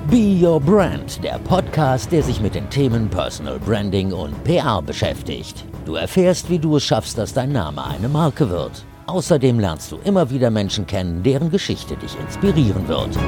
Be Your Brand, der Podcast, der sich mit den Themen Personal Branding und PR beschäftigt. Du erfährst, wie du es schaffst, dass dein Name eine Marke wird. Außerdem lernst du immer wieder Menschen kennen, deren Geschichte dich inspirieren wird.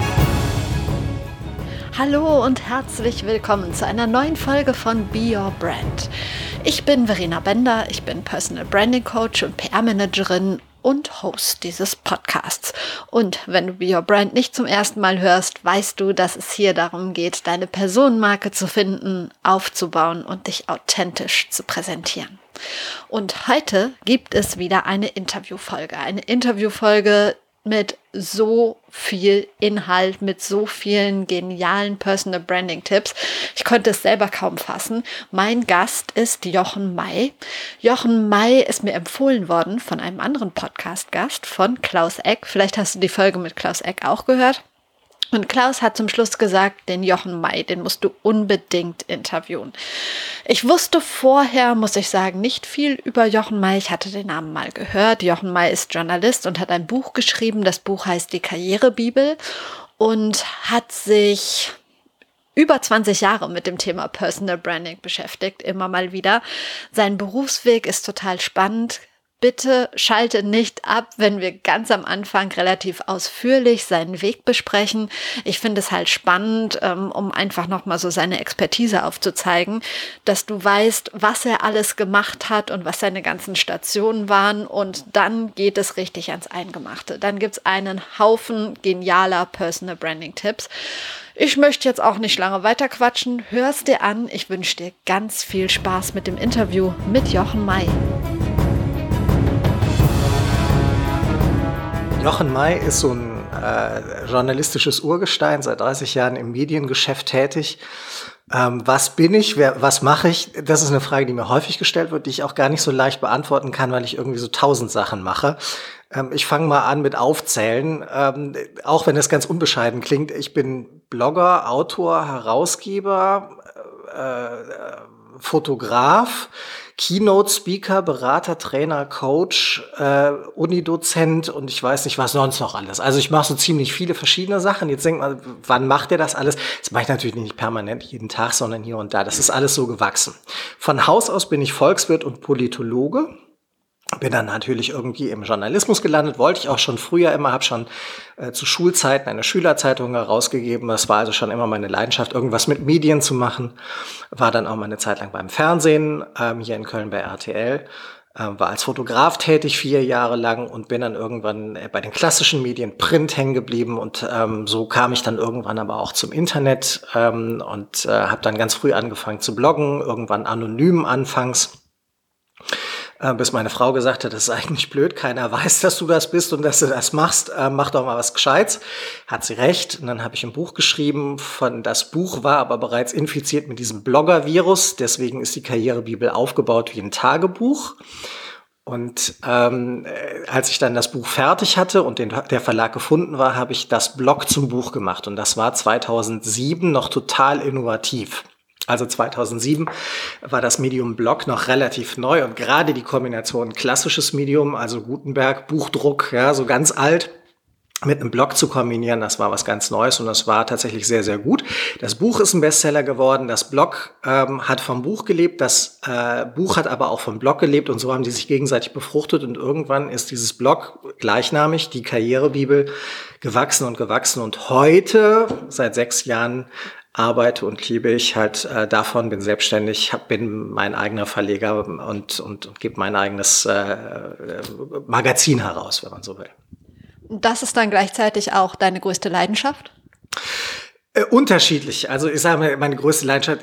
Hallo und herzlich willkommen zu einer neuen Folge von Be Your Brand. Ich bin Verena Bender, ich bin Personal Branding Coach und PR-Managerin und Host dieses Podcasts. Und wenn du Be Your Brand nicht zum ersten Mal hörst, weißt du, dass es hier darum geht, deine Personenmarke zu finden, aufzubauen und dich authentisch zu präsentieren. Und heute gibt es wieder eine Interviewfolge. Eine Interviewfolge mit so viel Inhalt, mit so vielen genialen Personal Branding Tipps. Ich konnte es selber kaum fassen. Mein Gast ist Jochen May. Jochen May ist mir empfohlen worden von einem anderen Podcast-Gast, von Klaus Eck. Vielleicht hast du die Folge mit Klaus Eck auch gehört. Und Klaus hat zum Schluss gesagt, den Jochen May, den musst du unbedingt interviewen. Ich wusste vorher, muss ich sagen, nicht viel über Jochen May. Ich hatte den Namen mal gehört. Jochen May ist Journalist und hat ein Buch geschrieben. Das Buch heißt Die Karrierebibel und hat sich über 20 Jahre mit dem Thema Personal Branding beschäftigt, immer mal wieder. Sein Berufsweg ist total spannend. Bitte schalte nicht ab, wenn wir ganz am Anfang relativ ausführlich seinen Weg besprechen. Ich finde es halt spannend, um einfach nochmal so seine Expertise aufzuzeigen, dass du weißt, was er alles gemacht hat und was seine ganzen Stationen waren. Und dann geht es richtig ans Eingemachte. Dann gibt es einen Haufen genialer Personal Branding Tipps. Ich möchte jetzt auch nicht lange weiter quatschen. Hör's dir an. Ich wünsche dir ganz viel Spaß mit dem Interview mit Jochen May. Jochen May ist so ein journalistisches Urgestein, seit 30 Jahren im Mediengeschäft tätig. Was bin ich? Was mache ich? Das ist eine Frage, die mir häufig gestellt wird, die ich auch gar nicht so leicht beantworten kann, weil ich irgendwie so 1000 Sachen mache. Ich fange mal an mit Aufzählen, auch wenn das ganz unbescheiden klingt. Ich bin Blogger, Autor, Herausgeber, Fotograf, Keynote-Speaker, Berater, Trainer, Coach, Unidozent und ich weiß nicht, was sonst noch alles. Also ich mache so ziemlich viele verschiedene Sachen. Jetzt denkt man, wann macht ihr das alles? Das mache ich natürlich nicht permanent jeden Tag, sondern hier und da. Das ist alles so gewachsen. Von Haus aus bin ich Volkswirt und Politologe. Bin dann natürlich irgendwie im Journalismus gelandet, wollte ich auch schon früher immer, habe schon zu Schulzeiten eine Schülerzeitung herausgegeben. Das war also schon immer meine Leidenschaft, irgendwas mit Medien zu machen. War dann auch mal eine Zeit lang beim Fernsehen, hier in Köln bei RTL. War als Fotograf tätig 4 Jahre lang und bin dann irgendwann bei den klassischen Medien Print hängen geblieben. Und so kam ich dann irgendwann aber auch zum Internet und habe dann ganz früh angefangen zu bloggen, irgendwann anonym anfangs. Bis meine Frau gesagt hat, das ist eigentlich blöd, keiner weiß, dass du das bist und dass du das machst, mach doch mal was Gescheites. Hat sie recht. Und dann habe ich ein Buch geschrieben, das Buch war aber bereits infiziert mit diesem Blogger-Virus, deswegen ist die Karrierebibel aufgebaut wie ein Tagebuch. Und als ich dann das Buch fertig hatte und der Verlag gefunden war, habe ich das Blog zum Buch gemacht und das war 2007 noch total innovativ. Also 2007 war das Medium Blog noch relativ neu und gerade die Kombination klassisches Medium, also Gutenberg, Buchdruck, ja, so ganz alt, mit einem Blog zu kombinieren, das war was ganz Neues und das war tatsächlich sehr, sehr gut. Das Buch ist ein Bestseller geworden, das Blog hat vom Buch gelebt, das Buch hat aber auch vom Blog gelebt und so haben die sich gegenseitig befruchtet und irgendwann ist dieses Blog gleichnamig, die Karrierebibel, gewachsen und heute, seit 6 Jahren, arbeite und lebe ich halt davon, bin selbstständig, bin mein eigener Verleger und gebe mein eigenes Magazin heraus, wenn man so will. Das ist dann gleichzeitig auch deine größte Leidenschaft? Unterschiedlich. Also ich sage mal, meine größte Leidenschaft,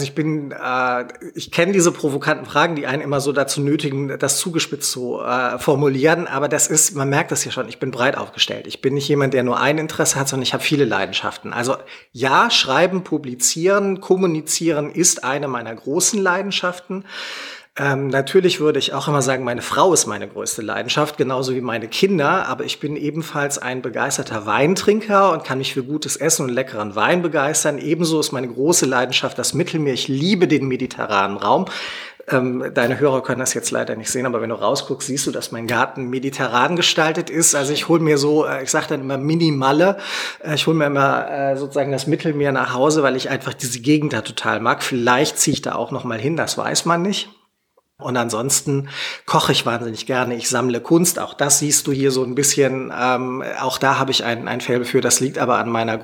ich kenne diese provokanten Fragen, die einen immer so dazu nötigen, das zugespitzt zu formulieren, aber man merkt das ja schon, ich bin breit aufgestellt. Ich bin nicht jemand, der nur ein Interesse hat, sondern ich habe viele Leidenschaften. Also ja, schreiben, publizieren, kommunizieren ist eine meiner großen Leidenschaften. Natürlich würde ich auch immer sagen, meine Frau ist meine größte Leidenschaft, genauso wie meine Kinder, aber ich bin ebenfalls ein begeisterter Weintrinker und kann mich für gutes Essen und leckeren Wein begeistern. Ebenso ist meine große Leidenschaft das Mittelmeer. Ich liebe den mediterranen Raum. Deine Hörer können das jetzt leider nicht sehen, aber wenn du rausguckst, siehst du, dass mein Garten mediterran gestaltet ist. Also ich hole mir so, ich sage dann immer Mini-Malle, ich hole mir immer sozusagen das Mittelmeer nach Hause, weil ich einfach diese Gegend da total mag. Vielleicht ziehe ich da auch noch mal hin, das weiß man nicht. Und ansonsten koche ich wahnsinnig gerne. Ich sammle Kunst. Auch das siehst du hier so ein bisschen. Auch da habe ich ein Faible für. Das liegt aber an meiner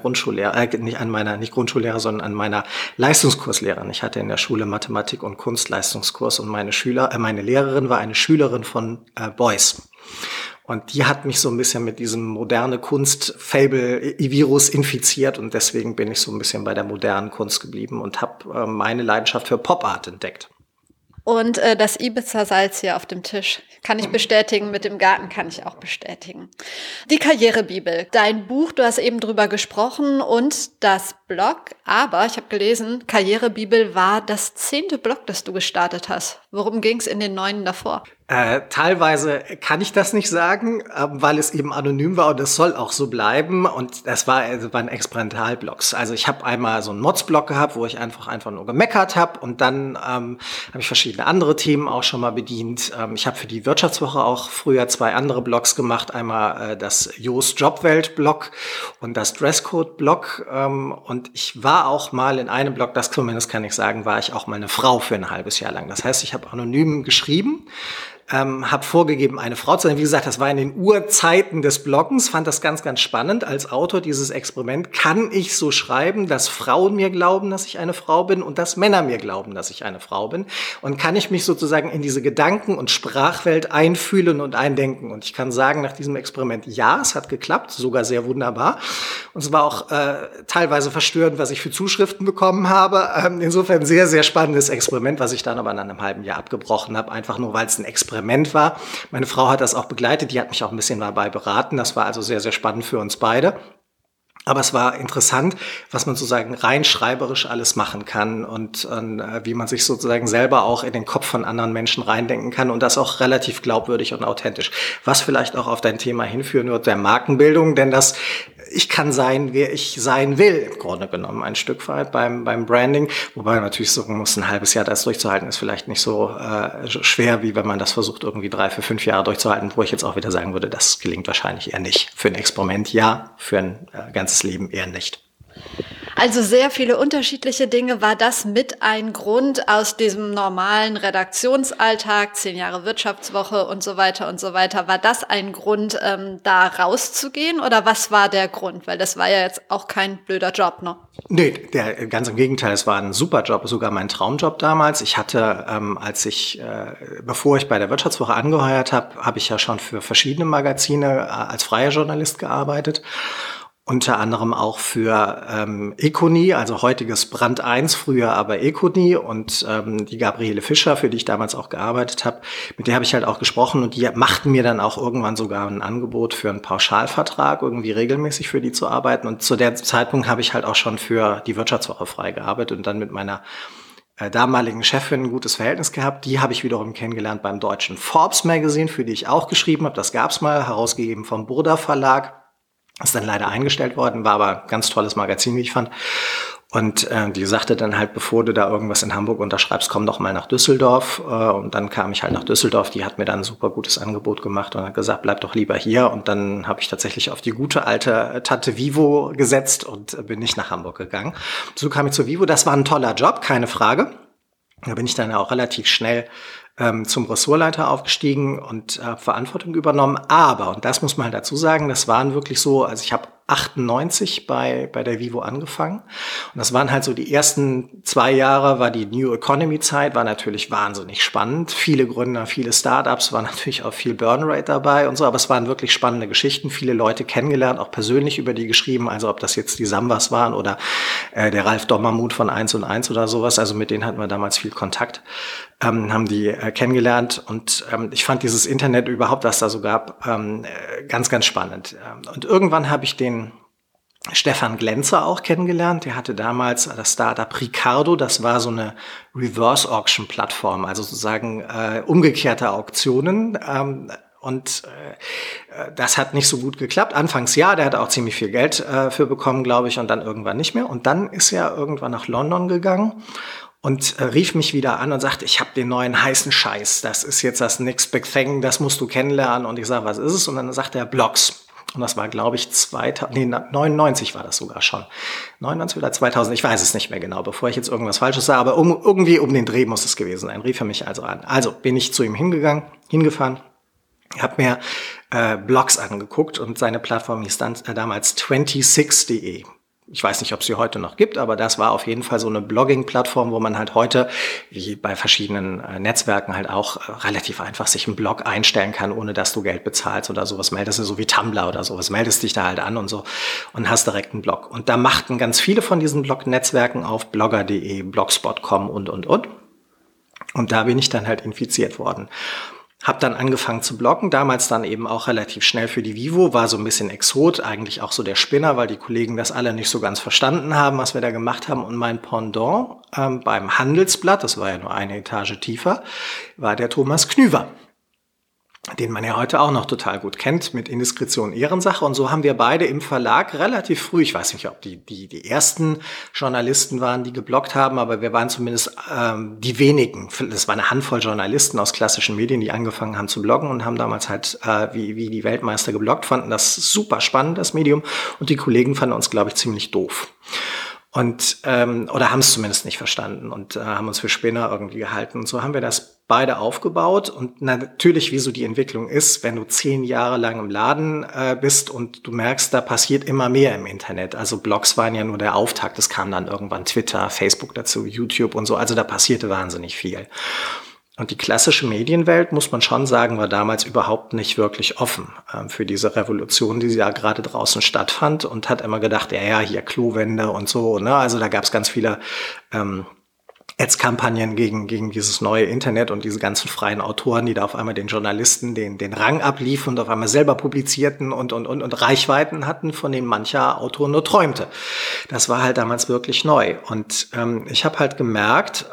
nicht Grundschullehrer, sondern an meiner Leistungskurslehrerin. Ich hatte in der Schule Mathematik- und Kunstleistungskurs und meine Lehrerin war eine Schülerin von Beuys. Und die hat mich so ein bisschen mit diesem moderne Kunst-Fable-Virus infiziert und deswegen bin ich so ein bisschen bei der modernen Kunst geblieben und habe meine Leidenschaft für Pop-Art entdeckt. Und das Ibiza-Salz hier auf dem Tisch kann ich bestätigen, mit dem Garten kann ich auch bestätigen. Die Karrierebibel, dein Buch, du hast eben drüber gesprochen und das Blog, aber ich habe gelesen, Karrierebibel war das 10. Blog, das du gestartet hast. Worum ging es in den 9 davor? Teilweise kann ich das nicht sagen, weil es eben anonym war und es soll auch so bleiben. Und das waren Experimentalblogs. Also ich habe einmal so einen Mods-Blog gehabt, wo ich einfach nur gemeckert habe. Und dann habe ich verschiedene andere Themen auch schon mal bedient. Ich habe für die Wirtschaftswoche auch früher 2 andere Blogs gemacht. Einmal das Jost Jobwelt-Blog und das Dresscode-Blog. Und ich war auch mal in einem Blog, das zumindest kann ich sagen, war ich auch mal eine Frau für ein halbes Jahr lang. Das heißt, ich habe anonym geschrieben. Habe vorgegeben, eine Frau zu sein. Wie gesagt, das war in den Urzeiten des Bloggens, fand das ganz, ganz spannend. Als Autor dieses Experiment kann ich so schreiben, dass Frauen mir glauben, dass ich eine Frau bin und dass Männer mir glauben, dass ich eine Frau bin. Und kann ich mich sozusagen in diese Gedanken- und Sprachwelt einfühlen und eindenken. Und ich kann sagen, nach diesem Experiment, ja, es hat geklappt, sogar sehr wunderbar. Und es war auch teilweise verstörend, was ich für Zuschriften bekommen habe. Insofern sehr, sehr spannendes Experiment, was ich dann aber nach einem halben Jahr abgebrochen habe, einfach nur, weil es ein Experiment war. Meine Frau hat das auch begleitet, die hat mich auch ein bisschen dabei beraten. Das war also sehr, sehr spannend für uns beide. Aber es war interessant, was man sozusagen rein schreiberisch alles machen kann und wie man sich sozusagen selber auch in den Kopf von anderen Menschen reindenken kann und das auch relativ glaubwürdig und authentisch. Was vielleicht auch auf dein Thema hinführen wird, der Markenbildung, denn ich kann sein, wer ich sein will, im Grunde genommen ein Stück weit beim Branding. Wobei man natürlich sagen muss, ein halbes Jahr das durchzuhalten, ist vielleicht nicht so schwer, wie wenn man das versucht, irgendwie 3, 4, 5 Jahre durchzuhalten, wo ich jetzt auch wieder sagen würde, das gelingt wahrscheinlich eher nicht. Für ein Experiment ja, für ein ganzes Leben eher nicht. Also sehr viele unterschiedliche Dinge. War das mit ein Grund aus diesem normalen Redaktionsalltag, 10 Jahre Wirtschaftswoche und so weiter, war das ein Grund, da rauszugehen oder was war der Grund? Weil das war ja jetzt auch kein blöder Job, ne? Nee, ganz im Gegenteil, es war ein super Job, sogar mein Traumjob damals. Ich hatte, bevor ich bei der Wirtschaftswoche angeheuert habe, habe ich ja schon für verschiedene Magazine als freier Journalist gearbeitet. Unter anderem auch für Econi, also heutiges Brand 1, früher aber Econi und die Gabriele Fischer, für die ich damals auch gearbeitet habe, mit der habe ich halt auch gesprochen und die machten mir dann auch irgendwann sogar ein Angebot für einen Pauschalvertrag, irgendwie regelmäßig für die zu arbeiten und zu der Zeitpunkt habe ich halt auch schon für die Wirtschaftswoche frei gearbeitet und dann mit meiner damaligen Chefin ein gutes Verhältnis gehabt. Die habe ich wiederum kennengelernt beim deutschen Forbes Magazine, für die ich auch geschrieben habe. Das gab's mal, herausgegeben vom Burda Verlag. Ist dann leider eingestellt worden, war aber ein ganz tolles Magazin, wie ich fand. Und die sagte dann halt, bevor du da irgendwas in Hamburg unterschreibst, komm doch mal nach Düsseldorf. Und dann kam ich halt nach Düsseldorf. Die hat mir dann ein super gutes Angebot gemacht und hat gesagt, bleib doch lieber hier. Und dann habe ich tatsächlich auf die gute alte Tante Vivo gesetzt und bin nicht nach Hamburg gegangen. So kam ich zu Vivo. Das war ein toller Job, keine Frage. Da bin ich dann auch relativ schnell zum Ressortleiter aufgestiegen und Verantwortung übernommen. Aber, und das muss man halt dazu sagen, das waren wirklich so, also ich habe 98 bei der Vivo angefangen. Und das waren halt so die ersten 2 Jahre, war die New Economy Zeit, war natürlich wahnsinnig spannend. Viele Gründer, viele Startups, war natürlich auch viel Burnrate dabei und so, aber es waren wirklich spannende Geschichten. Viele Leute kennengelernt, auch persönlich über die geschrieben, also ob das jetzt die Sambas waren oder der Ralf Dommermuth von 1&1 oder sowas, also mit denen hatten wir damals viel Kontakt, haben die kennengelernt und ich fand dieses Internet überhaupt, was da so gab, ganz, ganz spannend. Und irgendwann habe ich den Stefan Glänzer auch kennengelernt. Der hatte damals das Startup Ricardo, das war so eine Reverse-Auction-Plattform, also sozusagen umgekehrte Auktionen. Das hat nicht so gut geklappt. Anfangs ja, der hat auch ziemlich viel Geld für bekommen, glaube ich, und dann irgendwann nicht mehr. Und dann ist er irgendwann nach London gegangen und rief mich wieder an und sagte, ich habe den neuen heißen Scheiß, das ist jetzt das Next Big Thing, das musst du kennenlernen. Und ich sage, was ist es? Und dann sagte er, Blogs. Und das war, glaube ich, 99 war das sogar schon. 99 oder 2000, ich weiß es nicht mehr genau, bevor ich jetzt irgendwas Falsches sage, aber irgendwie um den Dreh muss es gewesen sein, rief er mich also an. Also bin ich zu ihm hingefahren, habe mir Blogs angeguckt und seine Plattform hieß dann damals 26.de. Ich weiß nicht, ob es sie heute noch gibt, aber das war auf jeden Fall so eine Blogging-Plattform, wo man halt heute, wie bei verschiedenen Netzwerken halt auch relativ einfach sich einen Blog einstellen kann, ohne dass du Geld bezahlst oder sowas. Meldest du so wie Tumblr oder sowas, meldest dich da halt an und so und hast direkt einen Blog. Und da machten ganz viele von diesen Blog-Netzwerken auf, blogger.de, blogspot.com und. Und da bin ich dann halt infiziert worden. Hab dann angefangen zu bloggen, damals dann eben auch relativ schnell für die Vivo, war so ein bisschen Exot, eigentlich auch so der Spinner, weil die Kollegen das alle nicht so ganz verstanden haben, was wir da gemacht haben. Und mein Pendant beim Handelsblatt, das war ja nur eine Etage tiefer, war der Thomas Knüver, den man ja heute auch noch total gut kennt, mit Indiskretion Ehrensache. Und so haben wir beide im Verlag relativ früh, ich weiß nicht, ob die ersten Journalisten waren, die gebloggt haben, aber wir waren zumindest die wenigen. Das war eine Handvoll Journalisten aus klassischen Medien, die angefangen haben zu bloggen und haben damals halt wie die Weltmeister gebloggt, fanden das super spannend, das Medium. Und die Kollegen fanden uns, glaube ich, ziemlich doof. Und oder haben es zumindest nicht verstanden und haben uns für Spinner irgendwie gehalten. Und so haben wir das beide aufgebaut. Und natürlich, wie so die Entwicklung ist, wenn du 10 Jahre lang im Laden bist und du merkst, da passiert immer mehr im Internet. Also Blogs waren ja nur der Auftakt. Es kam dann irgendwann Twitter, Facebook dazu, YouTube und so. Also da passierte wahnsinnig viel. Und die klassische Medienwelt, muss man schon sagen, war damals überhaupt nicht wirklich offen für diese Revolution, die ja gerade draußen stattfand, und hat immer gedacht, ja, hier Klowände und so, ne? Also da gab es ganz viele Ads-Kampagnen gegen dieses neue Internet und diese ganzen freien Autoren, die da auf einmal den Journalisten den Rang abliefen und auf einmal selber publizierten und Reichweiten hatten, von denen mancher Autor nur träumte. Das war halt damals wirklich neu. Und ich habe halt gemerkt,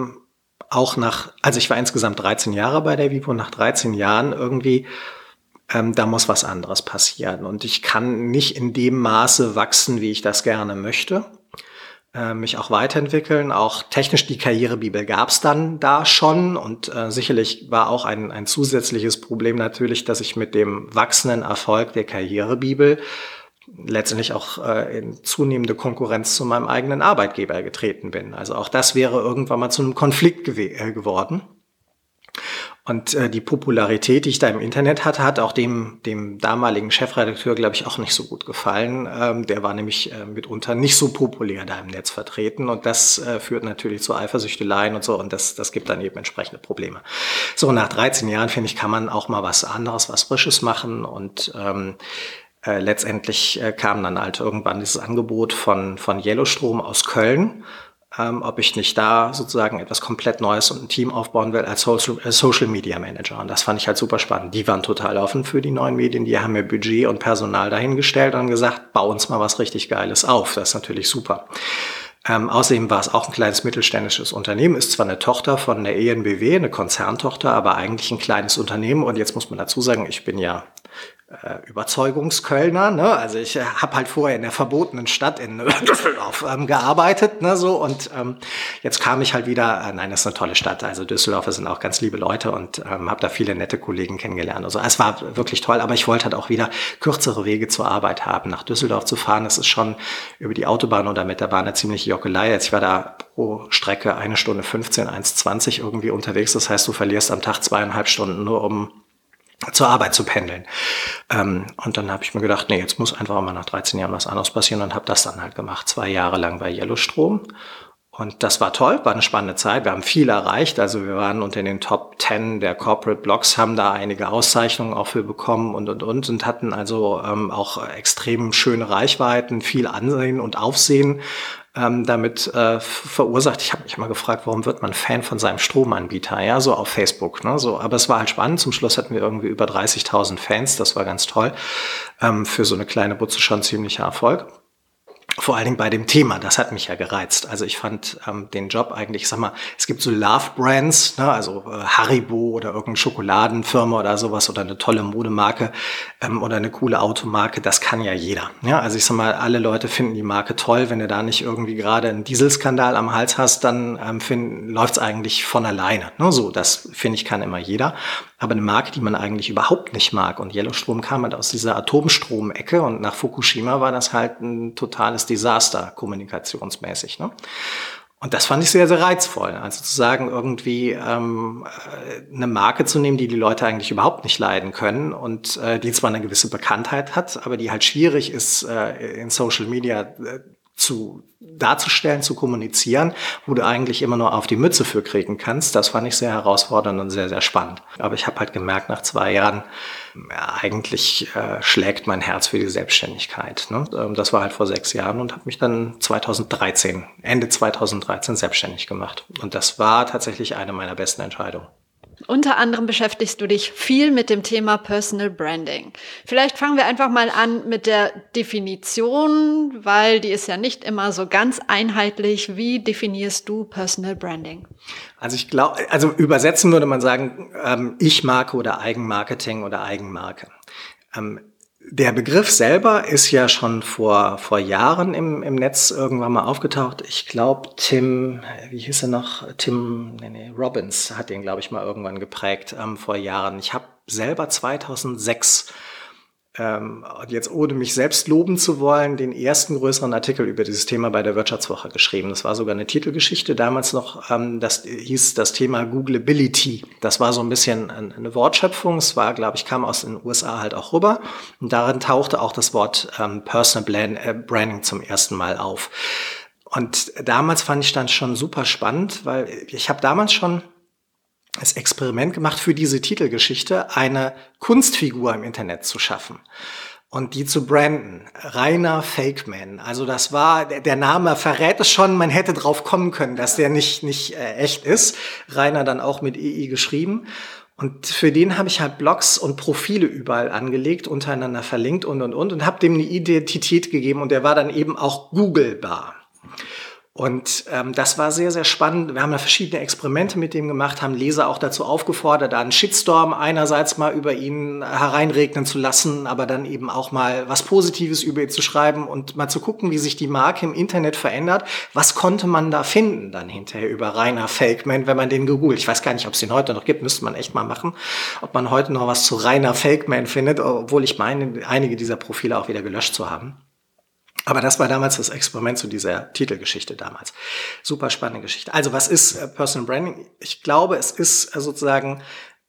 also ich war insgesamt 13 Jahre bei der Vivo, nach 13 Jahren irgendwie, da muss was anderes passieren. Und ich kann nicht in dem Maße wachsen, wie ich das gerne möchte, mich auch weiterentwickeln. Auch technisch die Karrierebibel gab es dann da schon. Und sicherlich war auch ein zusätzliches Problem natürlich, dass ich mit dem wachsenden Erfolg der Karrierebibel letztendlich auch in zunehmende Konkurrenz zu meinem eigenen Arbeitgeber getreten bin. Also auch das wäre irgendwann mal zu einem Konflikt geworden. Und die Popularität, die ich da im Internet hatte, hat auch dem damaligen Chefredakteur, glaube ich, auch nicht so gut gefallen. Der war nämlich mitunter nicht so populär da im Netz vertreten. Und das führt natürlich zu Eifersüchteleien und so. Und das gibt dann eben entsprechende Probleme. So, nach 13 Jahren, finde ich, kann man auch mal was anderes, was Frisches machen. Und letztendlich kam dann halt irgendwann dieses Angebot von Yellowstrom aus Köln, ob ich nicht da sozusagen etwas komplett Neues und ein Team aufbauen will als Social Media Manager. Und das fand ich halt super spannend. Die waren total offen für die neuen Medien. Die haben mir Budget und Personal dahingestellt und gesagt, bau uns mal was richtig Geiles auf. Das ist natürlich super. Außerdem war es auch ein kleines mittelständisches Unternehmen, ist zwar eine Tochter von der EnBW, eine Konzerntochter, aber eigentlich ein kleines Unternehmen. Und jetzt muss man dazu sagen, ich bin ja Überzeugungskölner, ne? Also ich habe halt vorher in der verbotenen Stadt in Düsseldorf gearbeitet, ne? So, und jetzt kam ich halt wieder, nein, das ist eine tolle Stadt, also Düsseldorfer sind auch ganz liebe Leute und habe da viele nette Kollegen kennengelernt. Also es war wirklich toll, aber ich wollte halt auch wieder kürzere Wege zur Arbeit haben. Nach Düsseldorf zu fahren, das ist schon über die Autobahn oder mit der Bahn eine ziemliche Jockelei. Jetzt ich war da pro Strecke 1 Stunde 15, 1,20 irgendwie unterwegs. Das heißt, du verlierst am Tag 2,5 Stunden nur, um zur Arbeit zu pendeln. Und dann habe ich mir gedacht, nee, jetzt muss einfach mal nach 13 Jahren was anderes passieren, und habe das dann halt gemacht. 2 Jahre lang bei Yellowstrom. Und das war toll, war eine spannende Zeit. Wir haben viel erreicht. Also wir waren unter den Top 10 der Corporate Blogs, haben da einige Auszeichnungen auch für bekommen und hatten also auch extrem schöne Reichweiten, viel Ansehen und Aufsehen damit verursacht. Ich habe mich mal gefragt, warum wird man Fan von seinem Stromanbieter? Ja, so auf Facebook, ne? So, aber es war halt spannend. Zum Schluss hatten wir irgendwie über 30.000 Fans. Das war ganz toll. Für so eine kleine Butze schon ziemlicher Erfolg. Vor allen Dingen bei dem Thema, das hat mich ja gereizt. Also ich fand den Job eigentlich, ich sag mal, es gibt so Love-Brands, ne, also Haribo oder irgendeine Schokoladenfirma oder sowas oder eine tolle Modemarke oder eine coole Automarke, das kann ja jeder. Ja, also ich sag mal, alle Leute finden die Marke toll. Wenn du da nicht irgendwie gerade einen Dieselskandal am Hals hast, dann läuft's eigentlich von alleine. Ne, so, das finde ich, kann immer jeder. Aber eine Marke, die man eigentlich überhaupt nicht mag. Und Yellowstrom kam halt aus dieser Atomstrom-Ecke und nach Fukushima war das halt ein totales Desaster kommunikationsmäßig. Ne? Und das fand ich sehr, sehr reizvoll. Also zu sagen, irgendwie eine Marke zu nehmen, die die Leute eigentlich überhaupt nicht leiden können und die zwar eine gewisse Bekanntheit hat, aber die halt schwierig ist in Social Media darzustellen, zu kommunizieren, wo du eigentlich immer nur auf die Mütze für kriegen kannst. Das fand ich sehr herausfordernd und sehr, sehr spannend. Aber ich habe halt gemerkt, nach 2 Jahren, ja, eigentlich schlägt mein Herz für die Selbstständigkeit. Ne? Das war halt vor 6 Jahren und habe mich dann Ende 2013 selbstständig gemacht. Und das war tatsächlich eine meiner besten Entscheidungen. Unter anderem beschäftigst du dich viel mit dem Thema Personal Branding. Vielleicht fangen wir einfach mal an mit der Definition, weil die ist ja nicht immer so ganz einheitlich. Wie definierst du Personal Branding? Also ich glaube, übersetzen würde man sagen, Ich-Marke oder Eigenmarketing oder Eigenmarke. Der Begriff selber ist ja schon vor Jahren im Netz irgendwann mal aufgetaucht. Ich glaube, Tim Robbins hat den, glaube ich, mal irgendwann geprägt vor Jahren. Ich habe selber 2006, jetzt ohne mich selbst loben zu wollen, den ersten größeren Artikel über dieses Thema bei der Wirtschaftswoche geschrieben. Das war sogar eine Titelgeschichte damals noch, das hieß das Thema Googleability. Das war so ein bisschen eine Wortschöpfung. Es war, glaube ich, kam aus den USA halt auch rüber. Und darin tauchte auch das Wort Personal Branding zum ersten Mal auf. Und damals fand ich dann schon super spannend, weil ich habe damals schon das Experiment gemacht, für diese Titelgeschichte eine Kunstfigur im Internet zu schaffen und die zu branden. Rainer Fakeman. Also das war, der Name verrät es schon, man hätte drauf kommen können, dass der nicht echt ist. Rainer dann auch mit EI geschrieben. Und für den habe ich halt Blogs und Profile überall angelegt, untereinander verlinkt und habe dem eine Identität gegeben und der war dann eben auch googelbar. Und das war sehr, sehr spannend. Wir haben da verschiedene Experimente mit dem gemacht, haben Leser auch dazu aufgefordert, da einen Shitstorm einerseits mal über ihn hereinregnen zu lassen, aber dann eben auch mal was Positives über ihn zu schreiben und mal zu gucken, wie sich die Marke im Internet verändert. Was konnte man da finden dann hinterher über Rainer Fakeman, wenn man den gegoogelt? Ich weiß gar nicht, ob es den heute noch gibt, müsste man echt mal machen, ob man heute noch was zu Rainer Fakeman findet, obwohl ich meine, einige dieser Profile auch wieder gelöscht zu haben. Aber das war damals das Experiment zu dieser Titelgeschichte damals. Super spannende Geschichte. Also was ist Personal Branding? Ich glaube, es ist sozusagen,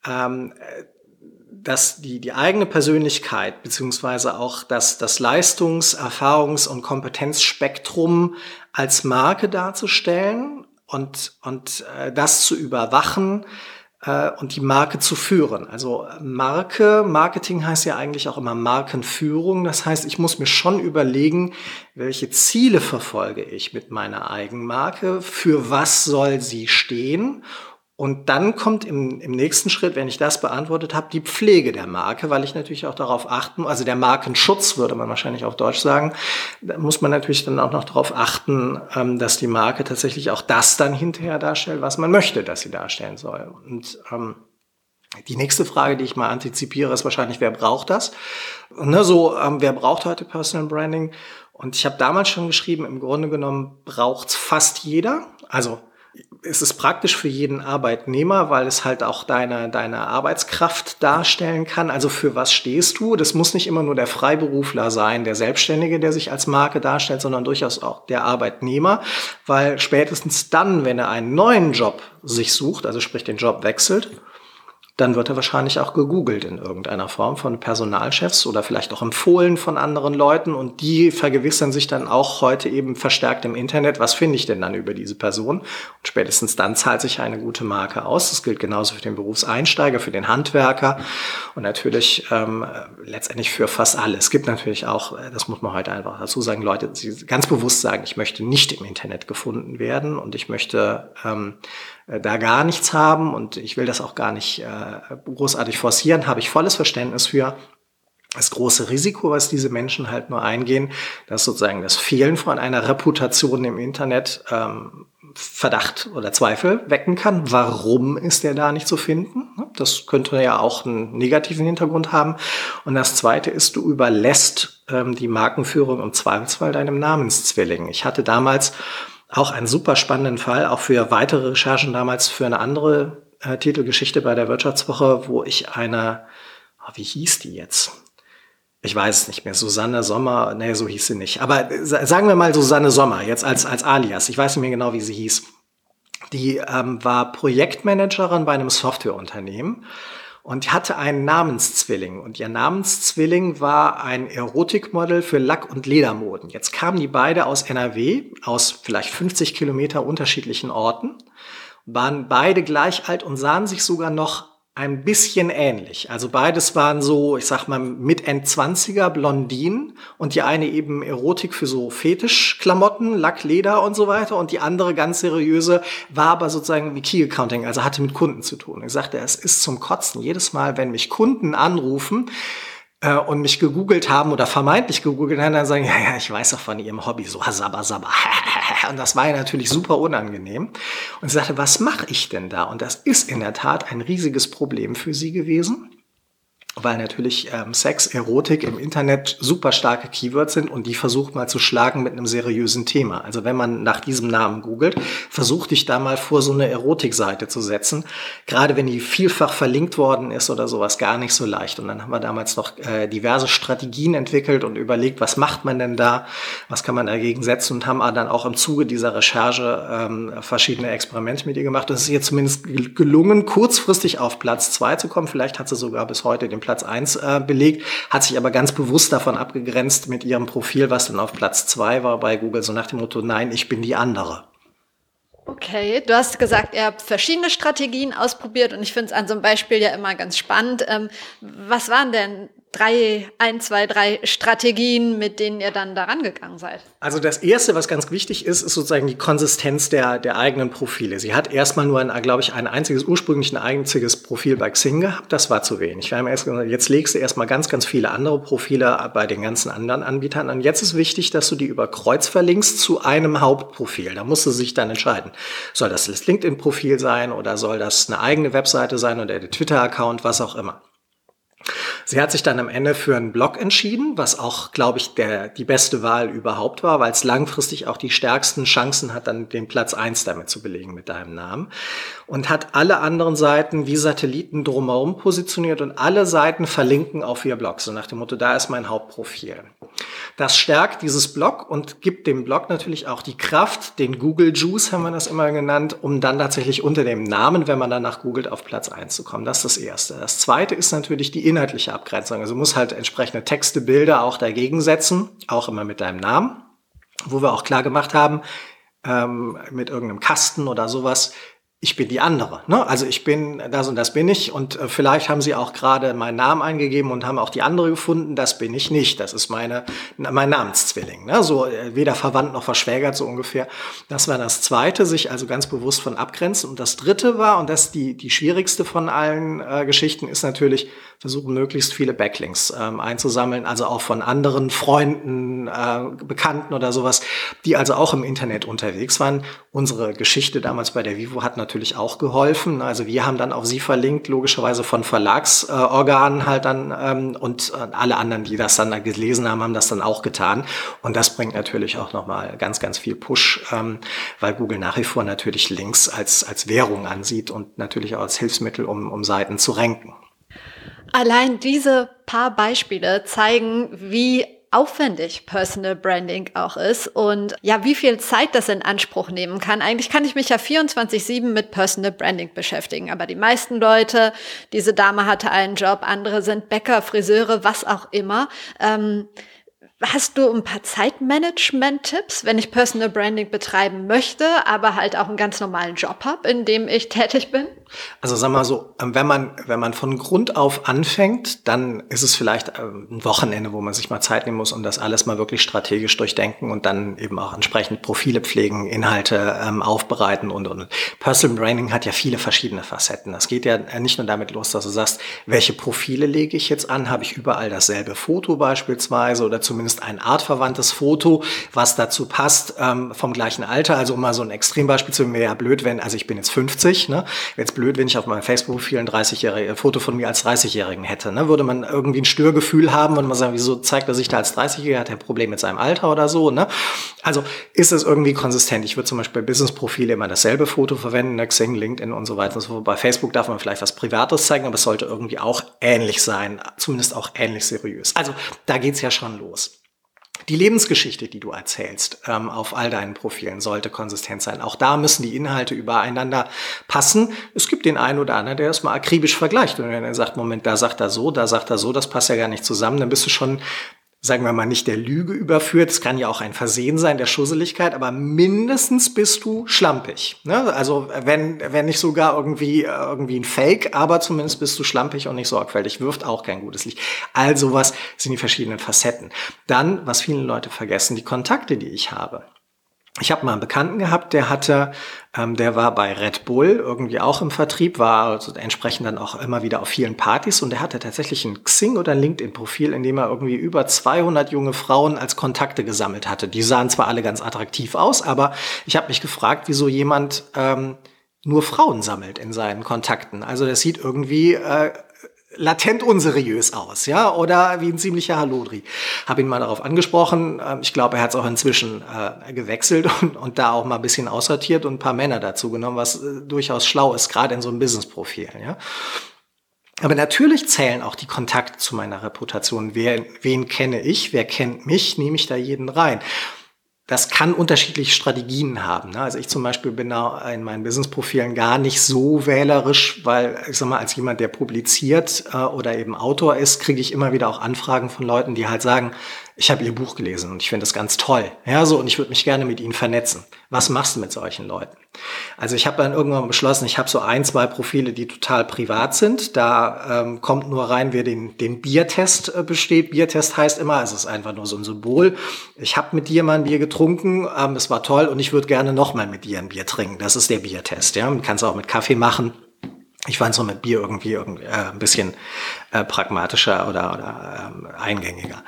dass die eigene Persönlichkeit beziehungsweise auch das Leistungs-, Erfahrungs- und Kompetenzspektrum als Marke darzustellen und das zu überwachen, und die Marke zu führen. Also Marketing heißt ja eigentlich auch immer Markenführung. Das heißt, ich muss mir schon überlegen, welche Ziele verfolge ich mit meiner Eigenmarke, für was soll sie stehen. Und dann kommt im nächsten Schritt, wenn ich das beantwortet habe, die Pflege der Marke, weil ich natürlich auch darauf achten, also der Markenschutz würde man wahrscheinlich auf Deutsch sagen, da muss man natürlich dann auch noch darauf achten, dass die Marke tatsächlich auch das dann hinterher darstellt, was man möchte, dass sie darstellen soll. Und die nächste Frage, die ich mal antizipiere, ist wahrscheinlich, wer braucht das? Wer braucht heute Personal Branding? Und ich habe damals schon geschrieben, im Grunde genommen braucht's fast jeder. Also es ist praktisch für jeden Arbeitnehmer, weil es halt auch deine Arbeitskraft darstellen kann. Also für was stehst du? Das muss nicht immer nur der Freiberufler sein, der Selbstständige, der sich als Marke darstellt, sondern durchaus auch der Arbeitnehmer, weil spätestens dann, wenn er einen neuen Job sich sucht, also sprich den Job wechselt, dann wird er wahrscheinlich auch gegoogelt in irgendeiner Form von Personalchefs oder vielleicht auch empfohlen von anderen Leuten und die vergewissern sich dann auch heute eben verstärkt im Internet, was finde ich denn dann über diese Person? Und spätestens dann zahlt sich eine gute Marke aus. Das gilt genauso für den Berufseinsteiger, für den Handwerker und natürlich letztendlich für fast alle. Es gibt natürlich auch, das muss man heute einfach dazu sagen, Leute, die ganz bewusst sagen, ich möchte nicht im Internet gefunden werden und ich möchte da gar nichts haben und ich will das auch gar nicht großartig forcieren, habe ich volles Verständnis für. Das große Risiko, was diese Menschen halt nur eingehen, dass sozusagen das Fehlen von einer Reputation im Internet Verdacht oder Zweifel wecken kann. Warum ist der da nicht zu finden? Das könnte ja auch einen negativen Hintergrund haben. Und das Zweite ist, du überlässt die Markenführung im Zweifelsfall deinem Namenszwilling. Ich hatte damals auch einen super spannenden Fall, auch für weitere Recherchen damals für eine andere Titelgeschichte bei der Wirtschaftswoche, wo ich wie hieß die jetzt? Ich weiß es nicht mehr, Susanne Sommer, nee, so hieß sie nicht. Aber sagen wir mal Susanne Sommer, jetzt als Alias. Ich weiß nicht mehr genau, wie sie hieß. Die war Projektmanagerin bei einem Softwareunternehmen und hatte einen Namenszwilling. Und ihr Namenszwilling war ein Erotikmodel für Lack- und Ledermoden. Jetzt kamen die beide aus NRW, aus vielleicht 50 Kilometer unterschiedlichen Orten, waren beide gleich alt und sahen sich sogar noch ein bisschen ähnlich. Also beides waren so, ich sag mal, mit Endzwanziger Blondinen und die eine eben Erotik für so Fetischklamotten, Lack, Leder und so weiter und die andere ganz seriöse war aber sozusagen wie Key Accounting, also hatte mit Kunden zu tun. Ich sagte, es ist zum Kotzen. Jedes Mal, wenn mich Kunden anrufen und mich gegoogelt haben oder vermeintlich gegoogelt haben, dann sagen, ja, ich weiß doch von ihrem Hobby, so sabba. Und das war ja natürlich super unangenehm. Und ich sagte, was mache ich denn da? Und das ist in der Tat ein riesiges Problem für sie gewesen, weil natürlich Sex, Erotik im Internet super starke Keywords sind und die versucht mal zu schlagen mit einem seriösen Thema. Also wenn man nach diesem Namen googelt, versuch dich da mal vor so eine Erotikseite zu setzen. Gerade wenn die vielfach verlinkt worden ist oder sowas, gar nicht so leicht. Und dann haben wir damals noch diverse Strategien entwickelt und überlegt, was macht man denn da, was kann man dagegen setzen und haben dann auch im Zuge dieser Recherche verschiedene Experimente mit ihr gemacht. Und es ist ihr zumindest gelungen, kurzfristig auf Platz 2 zu kommen. Vielleicht hat sie sogar bis heute den Platz 1 belegt, hat sich aber ganz bewusst davon abgegrenzt mit ihrem Profil, was dann auf Platz 2 war bei Google, so nach dem Motto, nein, ich bin die andere. Okay, du hast gesagt, ihr habt verschiedene Strategien ausprobiert und ich finde es an so einem Beispiel ja immer ganz spannend. Was waren denn 3 Strategien, mit denen ihr dann daran gegangen seid? Also das Erste, was ganz wichtig ist, ist sozusagen die Konsistenz der eigenen Profile. Sie hat erstmal nur ursprünglich ein einziges Profil bei Xing gehabt. Das war zu wenig. Wir haben erst gesagt, jetzt legst du erstmal ganz, ganz viele andere Profile bei den ganzen anderen Anbietern. Und jetzt ist wichtig, dass du die über Kreuz verlinkst zu einem Hauptprofil. Da musst du sich dann entscheiden. Soll das LinkedIn-Profil sein oder soll das eine eigene Webseite sein oder der Twitter-Account, was auch immer. Sie hat sich dann am Ende für einen Blog entschieden, was auch, glaube ich, die beste Wahl überhaupt war, weil es langfristig auch die stärksten Chancen hat, dann den Platz 1 damit zu belegen mit deinem Namen. Und hat alle anderen Seiten wie Satelliten drumherum positioniert und alle Seiten verlinken auf ihr Blog. So nach dem Motto, da ist mein Hauptprofil. Das stärkt dieses Blog und gibt dem Blog natürlich auch die Kraft, den Google Juice haben wir das immer genannt, um dann tatsächlich unter dem Namen, wenn man danach googelt, auf Platz 1 zu kommen. Das ist das Erste. Das Zweite ist natürlich die inhaltliche Abgrenzung. Also du musst halt entsprechende Texte, Bilder auch dagegen setzen, auch immer mit deinem Namen, wo wir auch klar gemacht haben, mit irgendeinem Kasten oder sowas, ich bin die andere, ne? Also ich bin das und das bin ich und vielleicht haben sie auch gerade meinen Namen eingegeben und haben auch die andere gefunden, das bin ich nicht, das ist mein Namenszwilling, ne? So weder verwandt noch verschwägert so ungefähr. Das war das Zweite, sich also ganz bewusst von abgrenzen. Und das Dritte war, und das die schwierigste von allen Geschichten, ist natürlich versuchen, möglichst viele Backlinks einzusammeln, also auch von anderen Freunden, Bekannten oder sowas, die also auch im Internet unterwegs waren. Unsere Geschichte damals bei der Vivo hat natürlich auch geholfen. Also wir haben dann auf sie verlinkt, logischerweise von Verlagsorganen halt dann und alle anderen, die das dann gelesen haben, haben das dann auch getan. Und das bringt natürlich auch nochmal ganz, ganz viel Push, weil Google nach wie vor natürlich Links als Währung ansieht und natürlich auch als Hilfsmittel, um Seiten zu ranken. Allein diese paar Beispiele zeigen, wie aufwendig Personal Branding auch ist und ja, wie viel Zeit das in Anspruch nehmen kann. Eigentlich kann ich mich ja 24/7 mit Personal Branding beschäftigen, aber die meisten Leute, diese Dame hatte einen Job, andere sind Bäcker, Friseure, was auch immer. Hast du ein paar Zeitmanagement-Tipps, wenn ich Personal Branding betreiben möchte, aber halt auch einen ganz normalen Job habe, in dem ich tätig bin? Also sag mal so, wenn man von Grund auf anfängt, dann ist es vielleicht ein Wochenende, wo man sich mal Zeit nehmen muss und das alles mal wirklich strategisch durchdenken und dann eben auch entsprechend Profile pflegen, Inhalte aufbereiten und. Personal Branding hat ja viele verschiedene Facetten. Das geht ja nicht nur damit los, dass du sagst, welche Profile lege ich jetzt an? Habe ich überall dasselbe Foto beispielsweise oder zumindest ein artverwandtes Foto, was dazu passt, vom gleichen Alter. Also um mal so ein Extrembeispiel zu nehmen, wäre ja blöd, also ich bin jetzt 50, ne? Jetzt blöd, wenn ich auf meinem Facebook-Profil ein Foto von mir als 30-Jährigen hätte. Ne? Würde man irgendwie ein Störgefühl haben und man sagen, wieso zeigt er sich da als 30-Jähriger, hat er ein Problem mit seinem Alter oder so. Ne? Also ist es irgendwie konsistent. Ich würde zum Beispiel bei Business-Profile immer dasselbe Foto verwenden, ne? Xing, LinkedIn und so weiter und so fort. Bei Facebook darf man vielleicht was Privates zeigen, aber es sollte irgendwie auch ähnlich sein, zumindest auch ähnlich seriös. Also da geht's ja schon los. Die Lebensgeschichte, die du erzählst, auf all deinen Profilen, sollte konsistent sein. Auch da müssen die Inhalte übereinander passen. Es gibt den einen oder anderen, der das mal akribisch vergleicht. Und wenn er sagt, Moment, da sagt er so, das passt ja gar nicht zusammen, dann bist du schon, sagen wir mal, nicht der Lüge überführt. Es kann ja auch ein Versehen sein, der Schusseligkeit, aber mindestens bist du schlampig. Ne? Also wenn nicht sogar irgendwie ein Fake, aber zumindest bist du schlampig und nicht sorgfältig, wirft auch kein gutes Licht. All sowas sind die verschiedenen Facetten. Dann, was viele Leute vergessen, die Kontakte, die ich habe. Ich habe mal einen Bekannten gehabt, der war bei Red Bull irgendwie auch im Vertrieb, war also entsprechend dann auch immer wieder auf vielen Partys und der hatte tatsächlich ein Xing oder ein LinkedIn-Profil, in dem er irgendwie über 200 junge Frauen als Kontakte gesammelt hatte. Die sahen zwar alle ganz attraktiv aus, aber ich habe mich gefragt, wieso jemand nur Frauen sammelt in seinen Kontakten. Also das sieht irgendwie latent unseriös aus, ja, oder wie ein ziemlicher Hallodri. Habe ihn mal darauf angesprochen. Ich glaube, er hat es auch inzwischen gewechselt und da auch mal ein bisschen aussortiert und ein paar Männer dazu genommen, was durchaus schlau ist, gerade in so einem Business-Profil, ja. Aber natürlich zählen auch die Kontakte zu meiner Reputation. Wen kenne ich? Wer kennt mich? Nehme ich da jeden rein? Das kann unterschiedliche Strategien haben. Ne? Also ich zum Beispiel bin da in meinen Business-Profilen gar nicht so wählerisch, weil ich sag mal, als jemand, der publiziert oder eben Autor ist, kriege ich immer wieder auch Anfragen von Leuten, die halt sagen, ich habe ihr Buch gelesen und ich finde das ganz toll. Ja, so, und ich würde mich gerne mit ihnen vernetzen. Was machst du mit solchen Leuten? Also ich habe dann irgendwann beschlossen, ich habe so 1-2 Profile, die total privat sind. Da kommt nur rein, wer den Biertest besteht. Biertest heißt immer, es ist einfach nur so ein Symbol. Ich habe mit dir mal ein Bier getrunken, es war toll und ich würde gerne nochmal mit dir ein Bier trinken. Das ist der Biertest. Ja, man kann es auch mit Kaffee machen. Ich fand so mit Bier irgendwie ein bisschen pragmatischer oder eingängiger.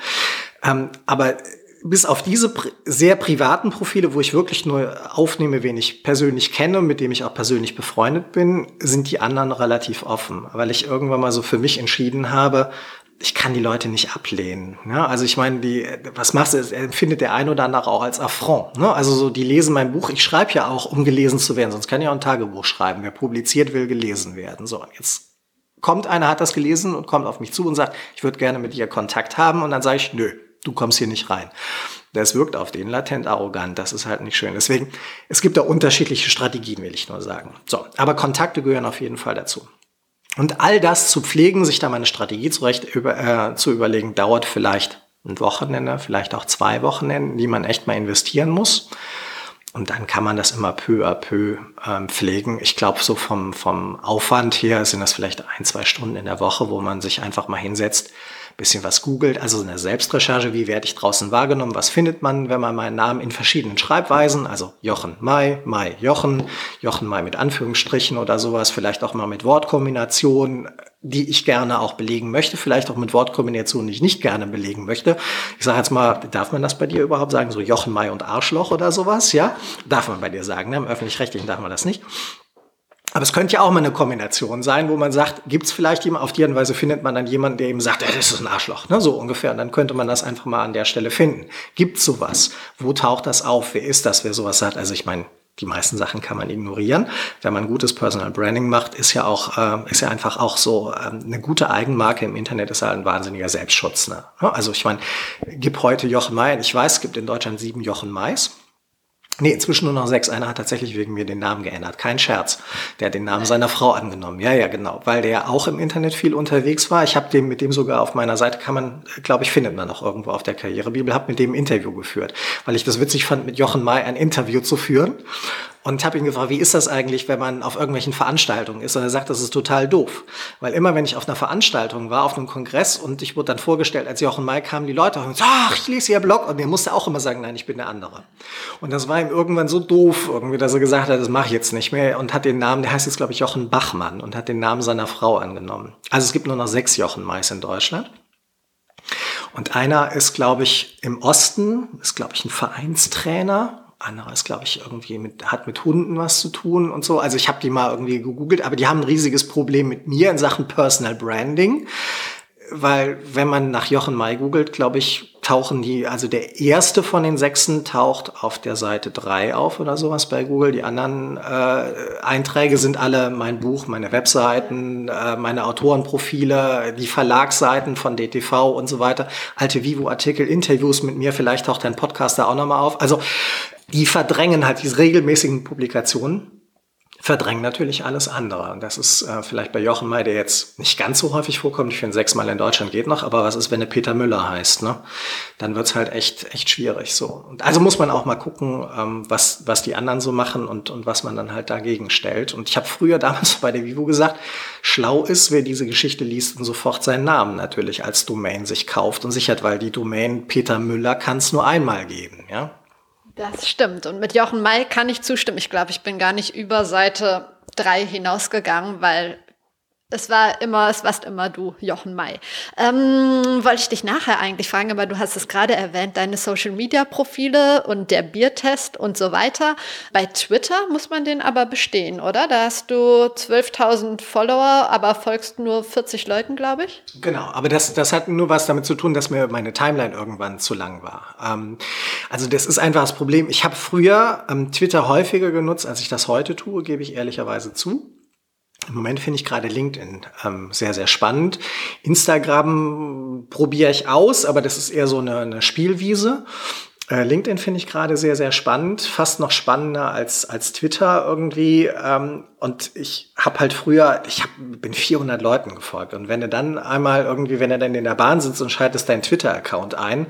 Aber bis auf diese sehr privaten Profile, wo ich wirklich nur aufnehme, wen ich persönlich kenne und mit dem ich auch persönlich befreundet bin, sind die anderen relativ offen, weil ich irgendwann mal so für mich entschieden habe, ich kann die Leute nicht ablehnen. Ja, also ich meine, was machst du, empfindet der ein oder andere auch als Affront. Ne? Also so, die lesen mein Buch, ich schreibe ja auch, um gelesen zu werden, sonst kann ich auch ein Tagebuch schreiben. Wer publiziert, will gelesen werden. So, und jetzt kommt einer, hat das gelesen und kommt auf mich zu und sagt, ich würde gerne mit dir Kontakt haben und dann sage ich, nö, du kommst hier nicht rein. Das wirkt auf den latent arrogant, das ist halt nicht schön. Deswegen, es gibt da unterschiedliche Strategien, will ich nur sagen. So, aber Kontakte gehören auf jeden Fall dazu. Und all das zu pflegen, sich da mal eine Strategie zu überlegen, dauert vielleicht ein Wochenende, vielleicht auch 2 Wochenenden, die man echt mal investieren muss. Und dann kann man das immer peu à peu pflegen. Ich glaube, so vom Aufwand her sind das vielleicht 1-2 Stunden in der Woche, wo man sich einfach mal hinsetzt, bisschen was googelt, also eine Selbstrecherche, wie werde ich draußen wahrgenommen, was findet man, wenn man meinen Namen in verschiedenen Schreibweisen, also Jochen May, May Jochen, Jochen May mit Anführungsstrichen oder sowas, vielleicht auch mal mit Wortkombinationen, die ich gerne auch belegen möchte, vielleicht auch mit Wortkombinationen, die ich nicht gerne belegen möchte. Ich sage jetzt mal, darf man das bei dir überhaupt sagen, so Jochen May und Arschloch oder sowas, ja? Darf man bei dir sagen, ne? Im Öffentlich-Rechtlichen darf man das nicht. Aber es könnte ja auch mal eine Kombination sein, wo man sagt, gibt es vielleicht jemanden, auf die Art und Weise findet man dann jemanden, der eben sagt, das ist ein Arschloch, ne? So ungefähr. Und dann könnte man das einfach mal an der Stelle finden. Gibt's sowas? Wo taucht das auf? Wer ist das, wer sowas sagt? Also ich meine, die meisten Sachen kann man ignorieren. Wenn man gutes Personal Branding macht, ist ja einfach auch so, eine gute Eigenmarke im Internet ist halt ein wahnsinniger Selbstschutz, ne? Also ich meine, gib heute Jochen May. Ich weiß, es gibt in Deutschland 7 Jochen Mays. Nee, inzwischen nur noch 6. Einer hat tatsächlich wegen mir den Namen geändert. Kein Scherz. Der hat den Namen seiner Frau angenommen. Ja, genau. Weil der auch im Internet viel unterwegs war. Ich habe mit dem sogar auf meiner Seite, findet man auch irgendwo auf der Karrierebibel, habe mit dem ein Interview geführt. Weil ich das witzig fand, mit Jochen May ein Interview zu führen. Und habe ihn gefragt, wie ist das eigentlich, wenn man auf irgendwelchen Veranstaltungen ist? Und er sagt, das ist total doof. Weil immer, wenn ich auf einer Veranstaltung war, auf einem Kongress und ich wurde dann vorgestellt, als Jochen May kamen die Leute und so, ach, ich lese Ihr Blog. Und er musste auch immer sagen, nein, ich bin der andere. Und das war ihm irgendwann so doof, irgendwie, dass er gesagt hat, das mache ich jetzt nicht mehr. Und hat den Namen, der heißt jetzt, glaube ich, Jochen Bachmann und hat den Namen seiner Frau angenommen. Also es gibt nur noch 6 Jochen Mays in Deutschland. Und einer ist, glaube ich, im Osten, ist, glaube ich, ein Vereinstrainer. Anderer ist, glaube ich, hat mit Hunden was zu tun und so. Also ich habe die mal irgendwie gegoogelt, aber die haben ein riesiges Problem mit mir in Sachen Personal Branding. Weil wenn man nach Jochen May googelt, glaube ich, also der erste von den 6 taucht auf der Seite 3 auf oder sowas bei Google. Die anderen Einträge sind alle mein Buch, meine Webseiten, meine Autorenprofile, die Verlagsseiten von DTV und so weiter. Alte Vivo-Artikel, Interviews mit mir, vielleicht taucht ein Podcast da auch nochmal auf. Also die verdrängen halt diese regelmäßigen Publikationen, verdrängen natürlich alles andere. Und das ist vielleicht bei Jochen May, der jetzt nicht ganz so häufig vorkommt. Ich finde, 6-mal in Deutschland geht noch. Aber was ist, wenn der Peter Müller heißt? Ne? Dann wird's halt echt schwierig. So. Und also muss man auch mal gucken, was die anderen so machen und was man dann halt dagegen stellt. Und ich habe früher damals bei der Vivo gesagt, schlau ist, wer diese Geschichte liest und sofort seinen Namen natürlich als Domain sich kauft und sichert, weil die Domain Peter Müller kann es nur einmal geben, ja. Das stimmt. Und mit Jochen May kann ich zustimmen. Ich glaube, ich bin gar nicht über Seite 3 hinausgegangen, weil es warst immer du, Jochen May. Wollte ich dich nachher eigentlich fragen, aber du hast es gerade erwähnt, deine Social-Media-Profile und der Biertest und so weiter. Bei Twitter muss man den aber bestehen, oder? Da hast du 12.000 Follower, aber folgst nur 40 Leuten, glaube ich. Genau, aber das hat nur was damit zu tun, dass mir meine Timeline irgendwann zu lang war. Also das ist einfach das Problem. Ich habe früher Twitter häufiger genutzt, als ich das heute tue, gebe ich ehrlicherweise zu. Im Moment finde ich gerade LinkedIn sehr, sehr spannend. Instagram probiere ich aus, aber das ist eher so eine Spielwiese. LinkedIn finde ich gerade sehr, sehr spannend, fast noch spannender als Twitter irgendwie. Und ich habe halt bin 400 Leuten gefolgt. Und wenn du dann wenn du dann in der Bahn sitzt und schaltest deinen Twitter-Account ein,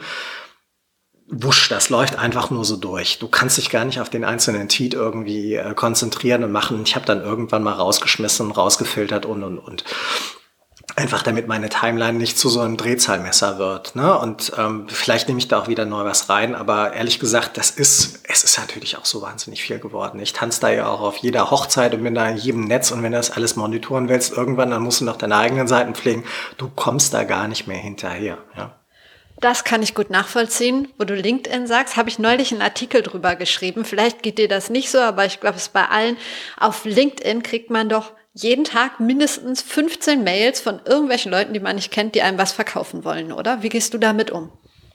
wusch, das läuft einfach nur so durch. Du kannst dich gar nicht auf den einzelnen Tweet irgendwie konzentrieren und machen. Ich habe dann irgendwann mal rausgeschmissen und rausgefiltert und. Einfach damit meine Timeline nicht zu so einem Drehzahlmesser wird. Ne? Und vielleicht nehme ich da auch wieder neu was rein. Aber ehrlich gesagt, es ist natürlich auch so wahnsinnig viel geworden. Ich tanze da ja auch auf jeder Hochzeit und bin da in jedem Netz. Und wenn du das alles monitoren willst, irgendwann, dann musst du noch deine eigenen Seiten pflegen. Du kommst da gar nicht mehr hinterher. Ja? Das kann ich gut nachvollziehen. Wo du LinkedIn sagst, habe ich neulich einen Artikel drüber geschrieben. Vielleicht geht dir das nicht so, aber ich glaube, es ist bei allen. Auf LinkedIn kriegt man doch jeden Tag mindestens 15 Mails von irgendwelchen Leuten, die man nicht kennt, die einem was verkaufen wollen, oder? Wie gehst du damit um?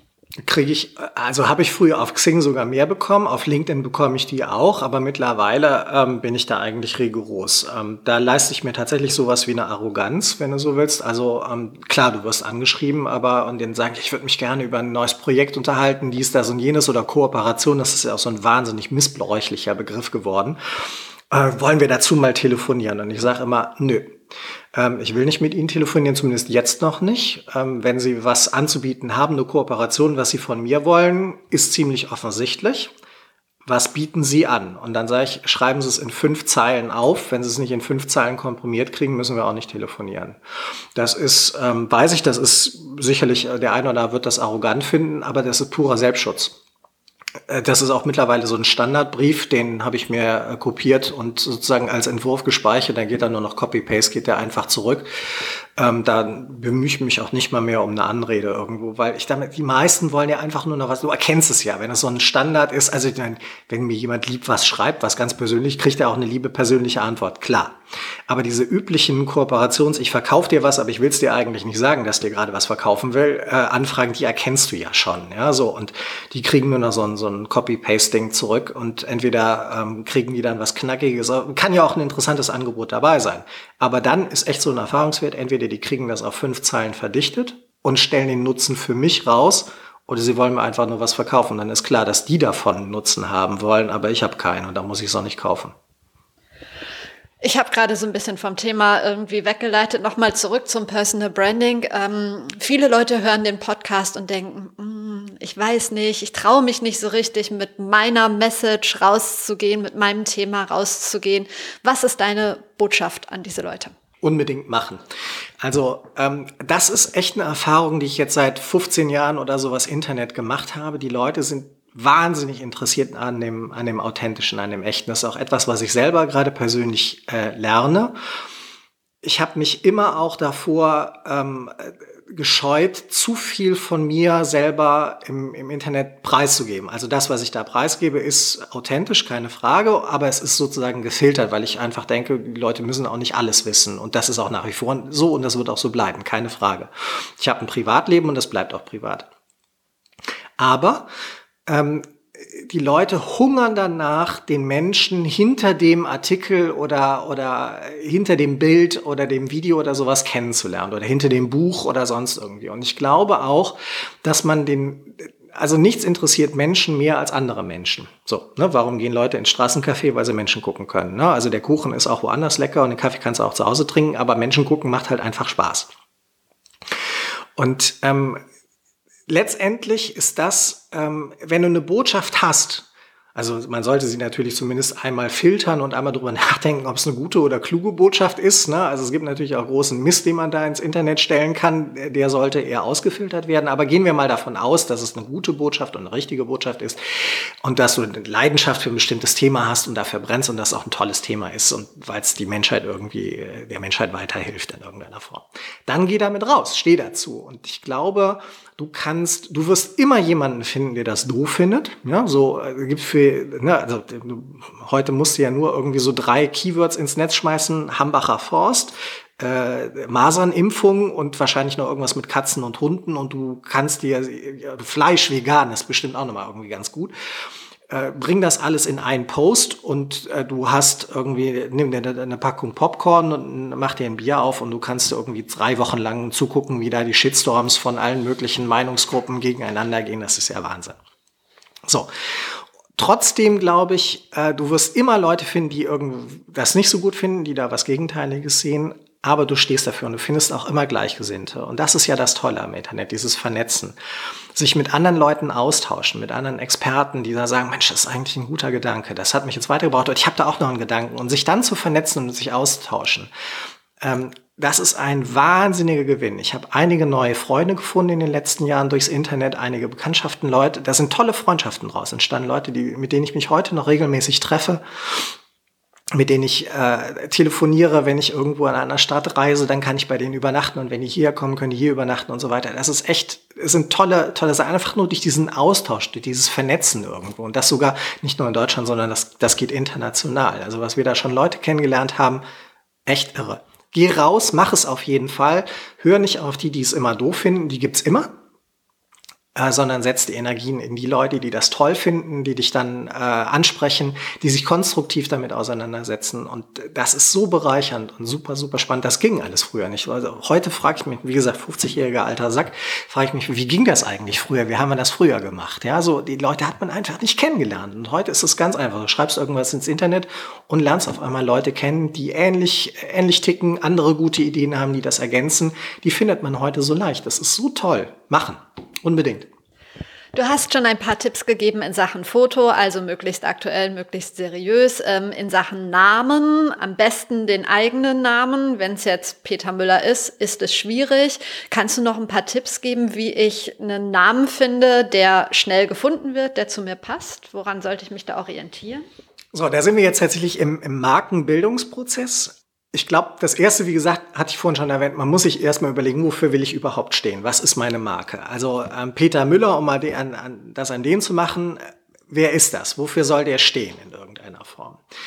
Habe ich früher auf Xing sogar mehr bekommen, auf LinkedIn bekomme ich die auch, aber mittlerweile bin ich da eigentlich rigoros. Da leiste ich mir tatsächlich sowas wie eine Arroganz, wenn du so willst. Also klar, du wirst angeschrieben, und denen sagen, ich würde mich gerne über ein neues Projekt unterhalten, dies, das und jenes oder Kooperation, das ist ja auch so ein wahnsinnig missbräuchlicher Begriff geworden. Wollen wir dazu mal telefonieren? Und ich sage immer, nö. Ich will nicht mit Ihnen telefonieren, zumindest jetzt noch nicht. Wenn Sie was anzubieten haben, eine Kooperation, was Sie von mir wollen, ist ziemlich offensichtlich. Was bieten Sie an? Und dann sage ich, schreiben Sie es in 5 Zeilen auf. Wenn Sie es nicht in 5 Zeilen komprimiert kriegen, müssen wir auch nicht telefonieren. Das ist, weiß ich, das ist sicherlich, der eine oder andere wird das arrogant finden, aber das ist purer Selbstschutz. Das ist auch mittlerweile so ein Standardbrief, den habe ich mir kopiert und sozusagen als Entwurf gespeichert. Dann geht dann nur noch Copy-Paste, geht der einfach zurück. Da bemühe ich mich auch nicht mal mehr um eine Anrede irgendwo, weil die meisten wollen ja einfach nur noch was, du erkennst es ja, wenn es so ein Standard ist, also wenn mir jemand lieb was schreibt, was ganz persönlich, kriegt er auch eine liebe persönliche Antwort, klar. Aber diese üblichen ich verkaufe dir was, aber ich will es dir eigentlich nicht sagen, dass dir gerade was verkaufen will, Anfragen, die erkennst du ja schon, ja, so, und die kriegen nur noch so ein Copy-Paste-Ding zurück und entweder kriegen die dann was Knackiges, kann ja auch ein interessantes Angebot dabei sein, aber dann ist echt so ein Erfahrungswert, entweder die kriegen das auf 5 Zeilen verdichtet und stellen den Nutzen für mich raus oder sie wollen mir einfach nur was verkaufen. Dann ist klar, dass die davon Nutzen haben wollen, aber ich habe keinen und da muss ich es auch nicht kaufen. Ich habe gerade so ein bisschen vom Thema irgendwie weggeleitet. Nochmal zurück zum Personal Branding. Viele Leute hören den Podcast und denken, ich weiß nicht, ich traue mich nicht so richtig, mit meiner Message rauszugehen, mit meinem Thema rauszugehen. Was ist deine Botschaft an diese Leute? Unbedingt machen. Also das ist echt eine Erfahrung, die ich jetzt seit 15 Jahren oder sowas Internet gemacht habe. Die Leute sind wahnsinnig interessiert an dem Authentischen, an dem Echten. Das ist auch etwas, was ich selber gerade persönlich lerne. Ich habe mich immer auch davor gescheut, zu viel von mir selber im Internet preiszugeben. Also das, was ich da preisgebe, ist authentisch, keine Frage, aber es ist sozusagen gefiltert, weil ich einfach denke, die Leute müssen auch nicht alles wissen. Und das ist auch nach wie vor so und das wird auch so bleiben, keine Frage. Ich habe ein Privatleben und das bleibt auch privat. Aber die Leute hungern danach, den Menschen hinter dem Artikel oder hinter dem Bild oder dem Video oder sowas kennenzulernen oder hinter dem Buch oder sonst irgendwie. Und ich glaube auch, dass man also nichts interessiert Menschen mehr als andere Menschen. So, ne? Warum gehen Leute ins Straßencafé? Weil sie Menschen gucken können. Ne? Also der Kuchen ist auch woanders lecker und den Kaffee kannst du auch zu Hause trinken, aber Menschen gucken macht halt einfach Spaß. Und letztendlich ist das, wenn du eine Botschaft hast, also man sollte sie natürlich zumindest einmal filtern und einmal drüber nachdenken, ob es eine gute oder kluge Botschaft ist. Ne? Also es gibt natürlich auch großen Mist, den man da ins Internet stellen kann. Der sollte eher ausgefiltert werden. Aber gehen wir mal davon aus, dass es eine gute Botschaft und eine richtige Botschaft ist und dass du eine Leidenschaft für ein bestimmtes Thema hast und dafür brennst und das auch ein tolles Thema ist und weil es der Menschheit weiterhilft in irgendeiner Form. Dann geh damit raus, steh dazu. Und ich glaube, du wirst immer jemanden finden, der das doof findet. Ja, so heute musst du ja nur irgendwie so 3 Keywords ins Netz schmeißen: Hambacher Forst, Masernimpfung und wahrscheinlich noch irgendwas mit Katzen und Hunden und du kannst dir Fleisch vegan, ist bestimmt auch nochmal irgendwie ganz gut. Bring das alles in einen Post und du hast nimm dir eine Packung Popcorn und mach dir ein Bier auf und du kannst irgendwie 3 Wochen lang zugucken, wie da die Shitstorms von allen möglichen Meinungsgruppen gegeneinander gehen. Das ist ja Wahnsinn. So. Trotzdem glaube ich, du wirst immer Leute finden, die das nicht so gut finden, die da was Gegenteiliges sehen. Aber du stehst dafür und du findest auch immer Gleichgesinnte. Und das ist ja das Tolle am Internet, dieses Vernetzen. Sich mit anderen Leuten austauschen, mit anderen Experten, die da sagen, Mensch, das ist eigentlich ein guter Gedanke, das hat mich jetzt weitergebracht und ich habe da auch noch einen Gedanken. Und sich dann zu vernetzen und sich austauschen, das ist ein wahnsinniger Gewinn. Ich habe einige neue Freunde gefunden in den letzten Jahren durchs Internet, einige Bekanntschaften, Leute, da sind tolle Freundschaften draus entstanden, Leute, mit denen ich mich heute noch regelmäßig treffe, mit denen ich telefoniere, wenn ich irgendwo in einer Stadt reise, dann kann ich bei denen übernachten und wenn die hier kommen, können die hier übernachten und so weiter. Es sind tolle Sachen, einfach nur durch diesen Austausch, durch dieses Vernetzen irgendwo und das sogar nicht nur in Deutschland, sondern das geht international. Also was wir da schon Leute kennengelernt haben, echt irre. Geh raus, mach es auf jeden Fall, hör nicht auf die es immer doof finden, die gibt's immer. Sondern setz die Energien in die Leute, die das toll finden, die dich dann ansprechen, die sich konstruktiv damit auseinandersetzen. Und das ist so bereichernd und super, super spannend. Das ging alles früher nicht. Also heute frage ich mich, wie gesagt, 50-jähriger alter Sack, frage ich mich, wie ging das eigentlich früher? Wie haben wir das früher gemacht? Ja, so die Leute hat man einfach nicht kennengelernt. Und heute ist es ganz einfach. Du schreibst irgendwas ins Internet und lernst auf einmal Leute kennen, die ähnlich ticken, andere gute Ideen haben, die das ergänzen. Die findet man heute so leicht. Das ist so toll. Machen. Unbedingt. Du hast schon ein paar Tipps gegeben in Sachen Foto, also möglichst aktuell, möglichst seriös. In Sachen Namen, am besten den eigenen Namen. Wenn es jetzt Peter Müller ist es schwierig. Kannst du noch ein paar Tipps geben, wie ich einen Namen finde, der schnell gefunden wird, der zu mir passt? Woran sollte ich mich da orientieren? So, da sind wir jetzt tatsächlich im Markenbildungsprozess. Ich glaube, das Erste, wie gesagt, hatte ich vorhin schon erwähnt, man muss sich erstmal überlegen, wofür will ich überhaupt stehen? Was ist meine Marke? Also Peter Müller, um mal das an den zu machen, wer ist das? Wofür soll der stehen in irgendeiner Form?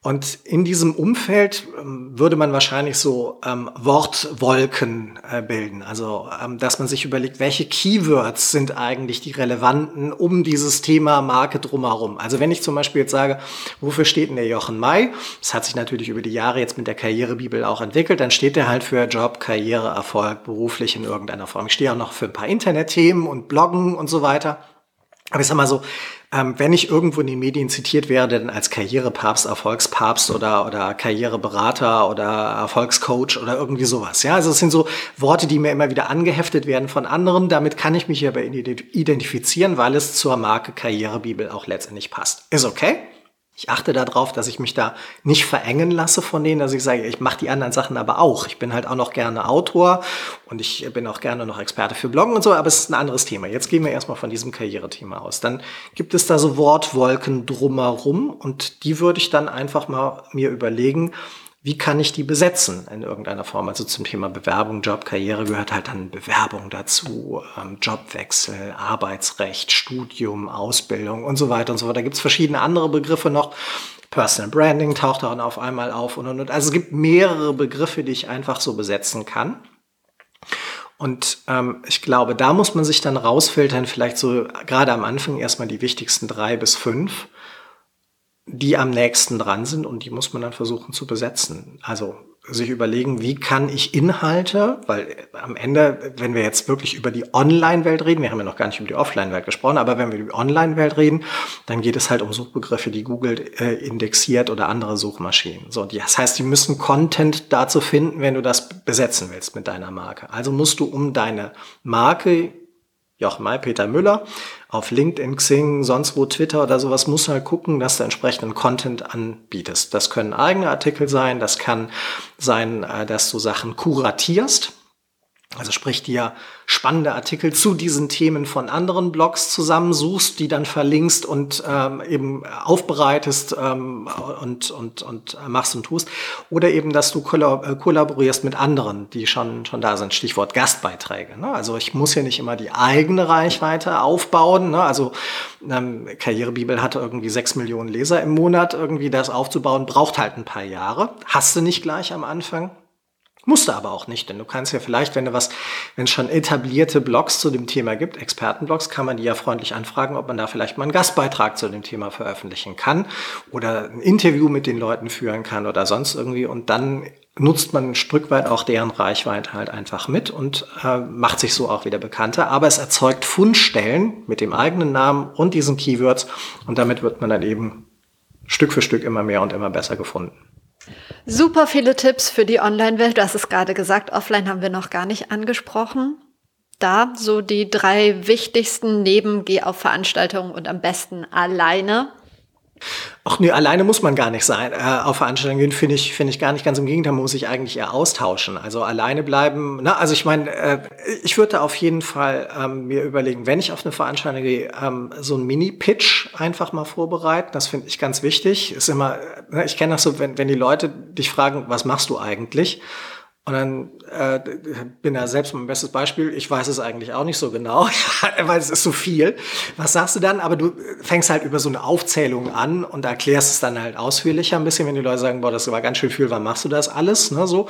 Und in diesem Umfeld würde man wahrscheinlich so Wortwolken bilden. Also, dass man sich überlegt, welche Keywords sind eigentlich die relevanten um dieses Thema Marke drumherum. Also wenn ich zum Beispiel jetzt sage, wofür steht denn der Jochen May? Das hat sich natürlich über die Jahre jetzt mit der Karrierebibel auch entwickelt. Dann steht der halt für Job, Karriere, Erfolg, beruflich in irgendeiner Form. Ich stehe auch noch für ein paar Internetthemen und Bloggen und so weiter. Aber ich sag mal so, wenn ich irgendwo in den Medien zitiert werde, dann als Karrierepapst, Erfolgspapst oder Karriereberater oder Erfolgscoach oder irgendwie sowas. Ja, also es sind so Worte, die mir immer wieder angeheftet werden von anderen. Damit kann ich mich aber identifizieren, weil es zur Marke Karrierebibel auch letztendlich passt. Ist okay. Ich achte darauf, dass ich mich da nicht verengen lasse von denen, dass ich sage, ich mache die anderen Sachen aber auch. Ich bin halt auch noch gerne Autor und ich bin auch gerne noch Experte für Bloggen und so, aber es ist ein anderes Thema. Jetzt gehen wir erstmal von diesem Karrierethema aus. Dann gibt es da so Wortwolken drumherum und die würde ich dann einfach mal mir überlegen, wie kann ich die besetzen in irgendeiner Form? Also zum Thema Bewerbung, Job, Karriere gehört halt dann Bewerbung dazu, Jobwechsel, Arbeitsrecht, Studium, Ausbildung und so weiter und so fort. Da gibt's verschiedene andere Begriffe noch. Personal Branding taucht dann auf einmal auf und. Also es gibt mehrere Begriffe, die ich einfach so besetzen kann. Und ich glaube, da muss man sich dann rausfiltern, vielleicht so gerade am Anfang erstmal die wichtigsten 3 bis 5. Die am nächsten dran sind und die muss man dann versuchen zu besetzen. Also sich überlegen, wie kann ich Inhalte, weil am Ende, wenn wir jetzt wirklich über die Online-Welt reden, wir haben ja noch gar nicht über die Offline-Welt gesprochen, aber wenn wir über die Online-Welt reden, dann geht es halt um Suchbegriffe, die Google indexiert oder andere Suchmaschinen. So, das heißt, die müssen Content dazu finden, wenn du das besetzen willst mit deiner Marke. Also musst du um deine Marke Jochen May, Peter Müller, auf LinkedIn, Xing, sonst wo, Twitter oder sowas, musst du halt gucken, dass du entsprechenden Content anbietest. Das können eigene Artikel sein, das kann sein, dass du Sachen kuratierst. Also sprich dir spannende Artikel zu diesen Themen von anderen Blogs zusammensuchst, die dann verlinkst und eben aufbereitest und machst und tust. Oder eben, dass du kollaborierst mit anderen, die schon da sind. Stichwort Gastbeiträge. Ne? Also ich muss ja nicht immer die eigene Reichweite aufbauen. Ne? Also Karrierebibel hatte irgendwie 6 Millionen Leser im Monat. Irgendwie das aufzubauen, braucht halt ein paar Jahre. Hast du nicht gleich am Anfang. Musste aber auch nicht, denn du kannst ja vielleicht, wenn es schon etablierte Blogs zu dem Thema gibt, Expertenblogs, kann man die ja freundlich anfragen, ob man da vielleicht mal einen Gastbeitrag zu dem Thema veröffentlichen kann oder ein Interview mit den Leuten führen kann oder sonst irgendwie und dann nutzt man ein Stück weit auch deren Reichweite halt einfach mit und macht sich so auch wieder bekannter, aber es erzeugt Fundstellen mit dem eigenen Namen und diesen Keywords und damit wird man dann eben Stück für Stück immer mehr und immer besser gefunden. Super viele Tipps für die Online-Welt. Du hast es gerade gesagt, offline haben wir noch gar nicht angesprochen. Da so die 3 wichtigsten neben Geh auf Veranstaltungen und am besten alleine. Ach nee, alleine muss man gar nicht sein. Auf Veranstaltungen gehen finde ich gar nicht, ganz im Gegenteil, man muss sich eigentlich eher austauschen. Also alleine bleiben, also ich meine, ich würde auf jeden Fall mir überlegen, wenn ich auf eine Veranstaltung gehe, so einen Mini-Pitch einfach mal vorbereiten. Das finde ich ganz wichtig. Ist immer, ich kenne das so, wenn die Leute dich fragen, was machst du eigentlich? Und dann bin da selbst mein bestes Beispiel. Ich weiß es eigentlich auch nicht so genau, weil es ist so viel. Was sagst du dann? Aber du fängst halt über so eine Aufzählung an und erklärst es dann halt ausführlicher ein bisschen, wenn die Leute sagen, boah, das war ganz schön viel, wann machst du das alles? Ne, so.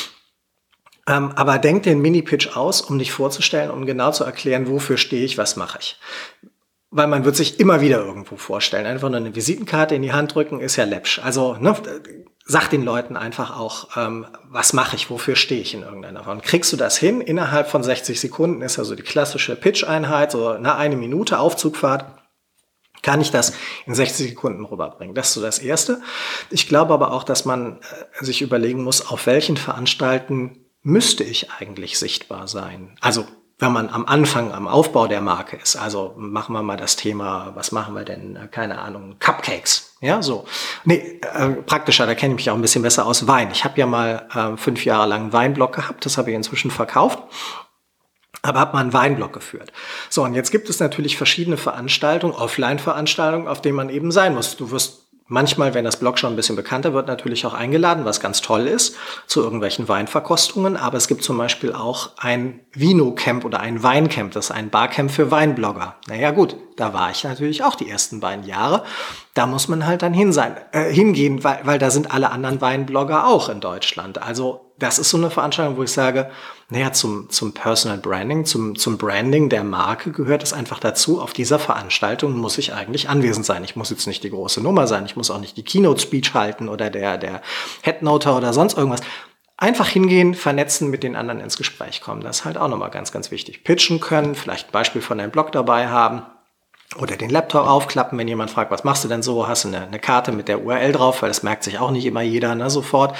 Aber denk den Mini-Pitch aus, um dich vorzustellen, um genau zu erklären, wofür stehe ich, was mache ich. Weil man wird sich immer wieder irgendwo vorstellen. Einfach nur eine Visitenkarte in die Hand drücken, ist ja läppsch. Also, ne, sag den Leuten einfach auch, was mache ich, wofür stehe ich in irgendeiner Form. Kriegst du das hin? Innerhalb von 60 Sekunden ist ja so die klassische Pitch-Einheit, so eine Minute Aufzugfahrt. Kann ich das in 60 Sekunden rüberbringen? Das ist so das Erste. Ich glaube aber auch, dass man sich überlegen muss, auf welchen Veranstaltungen müsste ich eigentlich sichtbar sein? Also wenn man am Anfang, am Aufbau der Marke ist, also machen wir mal das Thema, was machen wir denn, keine Ahnung, Cupcakes, ja, so. Nee, praktischer, da kenne ich mich auch ein bisschen besser aus, Wein. Ich habe ja mal 5 Jahre lang einen Weinblog gehabt, das habe ich inzwischen verkauft, aber habe mal einen Weinblog geführt. So, und jetzt gibt es natürlich verschiedene Veranstaltungen, Offline-Veranstaltungen, auf denen man eben sein muss. Du wirst Manchmal, wenn das Blog schon ein bisschen bekannter wird, natürlich auch eingeladen, was ganz toll ist, zu irgendwelchen Weinverkostungen. Aber es gibt zum Beispiel auch ein Vino-Camp oder ein Weincamp. Das ist ein Barcamp für Weinblogger. Naja gut, da war ich natürlich auch die ersten beiden Jahre. Da muss man halt dann hingehen, weil da sind alle anderen Weinblogger auch in Deutschland. Also das ist so eine Veranstaltung, wo ich sage, naja, zum Personal Branding, zum Branding der Marke gehört es einfach dazu. Auf dieser Veranstaltung muss ich eigentlich anwesend sein. Ich muss jetzt nicht die große Nummer sein. Ich muss auch nicht die Keynote-Speech halten oder der Headnoter oder sonst irgendwas. Einfach hingehen, vernetzen, mit den anderen ins Gespräch kommen. Das ist halt auch nochmal ganz, ganz wichtig. Pitchen können, vielleicht ein Beispiel von deinem Blog dabei haben. Oder den Laptop aufklappen, wenn jemand fragt, was machst du denn so? Hast du eine Karte mit der URL drauf? Weil das merkt sich auch nicht immer jeder, ne, sofort.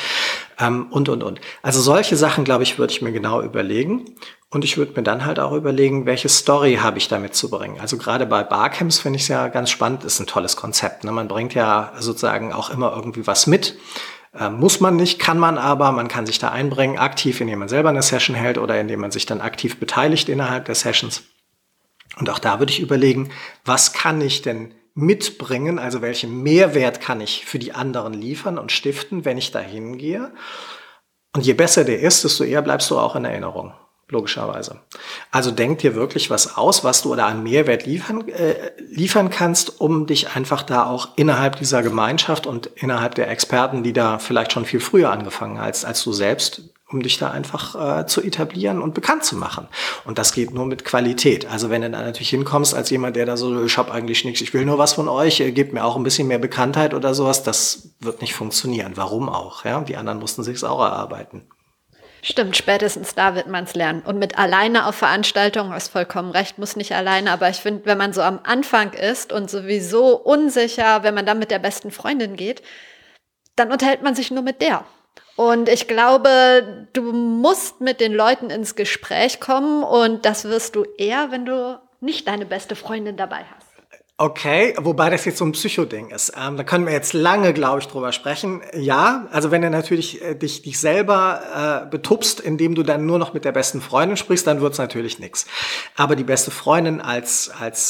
Und. Also solche Sachen, glaube ich, würde ich mir genau überlegen. Und ich würde mir dann halt auch überlegen, welche Story habe ich damit zu bringen. Also gerade bei Barcamps finde ich es ja ganz spannend. Ist ein tolles Konzept, ne? Man bringt ja sozusagen auch immer irgendwie was mit. Muss man nicht, kann man aber. Man kann sich da einbringen, aktiv, indem man selber eine Session hält oder indem man sich dann aktiv beteiligt innerhalb der Sessions. Und auch da würde ich überlegen, was kann ich denn mitbringen, also welchen Mehrwert kann ich für die anderen liefern und stiften, wenn ich da hingehe. Und je besser der ist, desto eher bleibst du auch in Erinnerung, logischerweise. Also denk dir wirklich was aus, was du da an Mehrwert liefern kannst, um dich einfach da auch innerhalb dieser Gemeinschaft und innerhalb der Experten, die da vielleicht schon viel früher angefangen als du selbst, um dich da einfach zu etablieren und bekannt zu machen. Und das geht nur mit Qualität. Also wenn du da natürlich hinkommst als jemand, der da so, ich habe eigentlich nichts, ich will nur was von euch, gebt mir auch ein bisschen mehr Bekanntheit oder sowas, das wird nicht funktionieren. Warum auch? Ja? Die anderen mussten sich's auch erarbeiten. Stimmt, spätestens da wird man es lernen. Und mit alleine auf Veranstaltungen, hast vollkommen recht, muss nicht alleine. Aber ich finde, wenn man so am Anfang ist und sowieso unsicher, wenn man dann mit der besten Freundin geht, dann unterhält man sich nur mit der. Und ich glaube, du musst mit den Leuten ins Gespräch kommen und das wirst du eher, wenn du nicht deine beste Freundin dabei hast. Okay, wobei das jetzt so ein Psychoding ist. Da können wir jetzt lange, glaube ich, drüber sprechen. Ja, also wenn du natürlich dich selber betupst, indem du dann nur noch mit der besten Freundin sprichst, dann wird's natürlich nix. Aber die beste Freundin als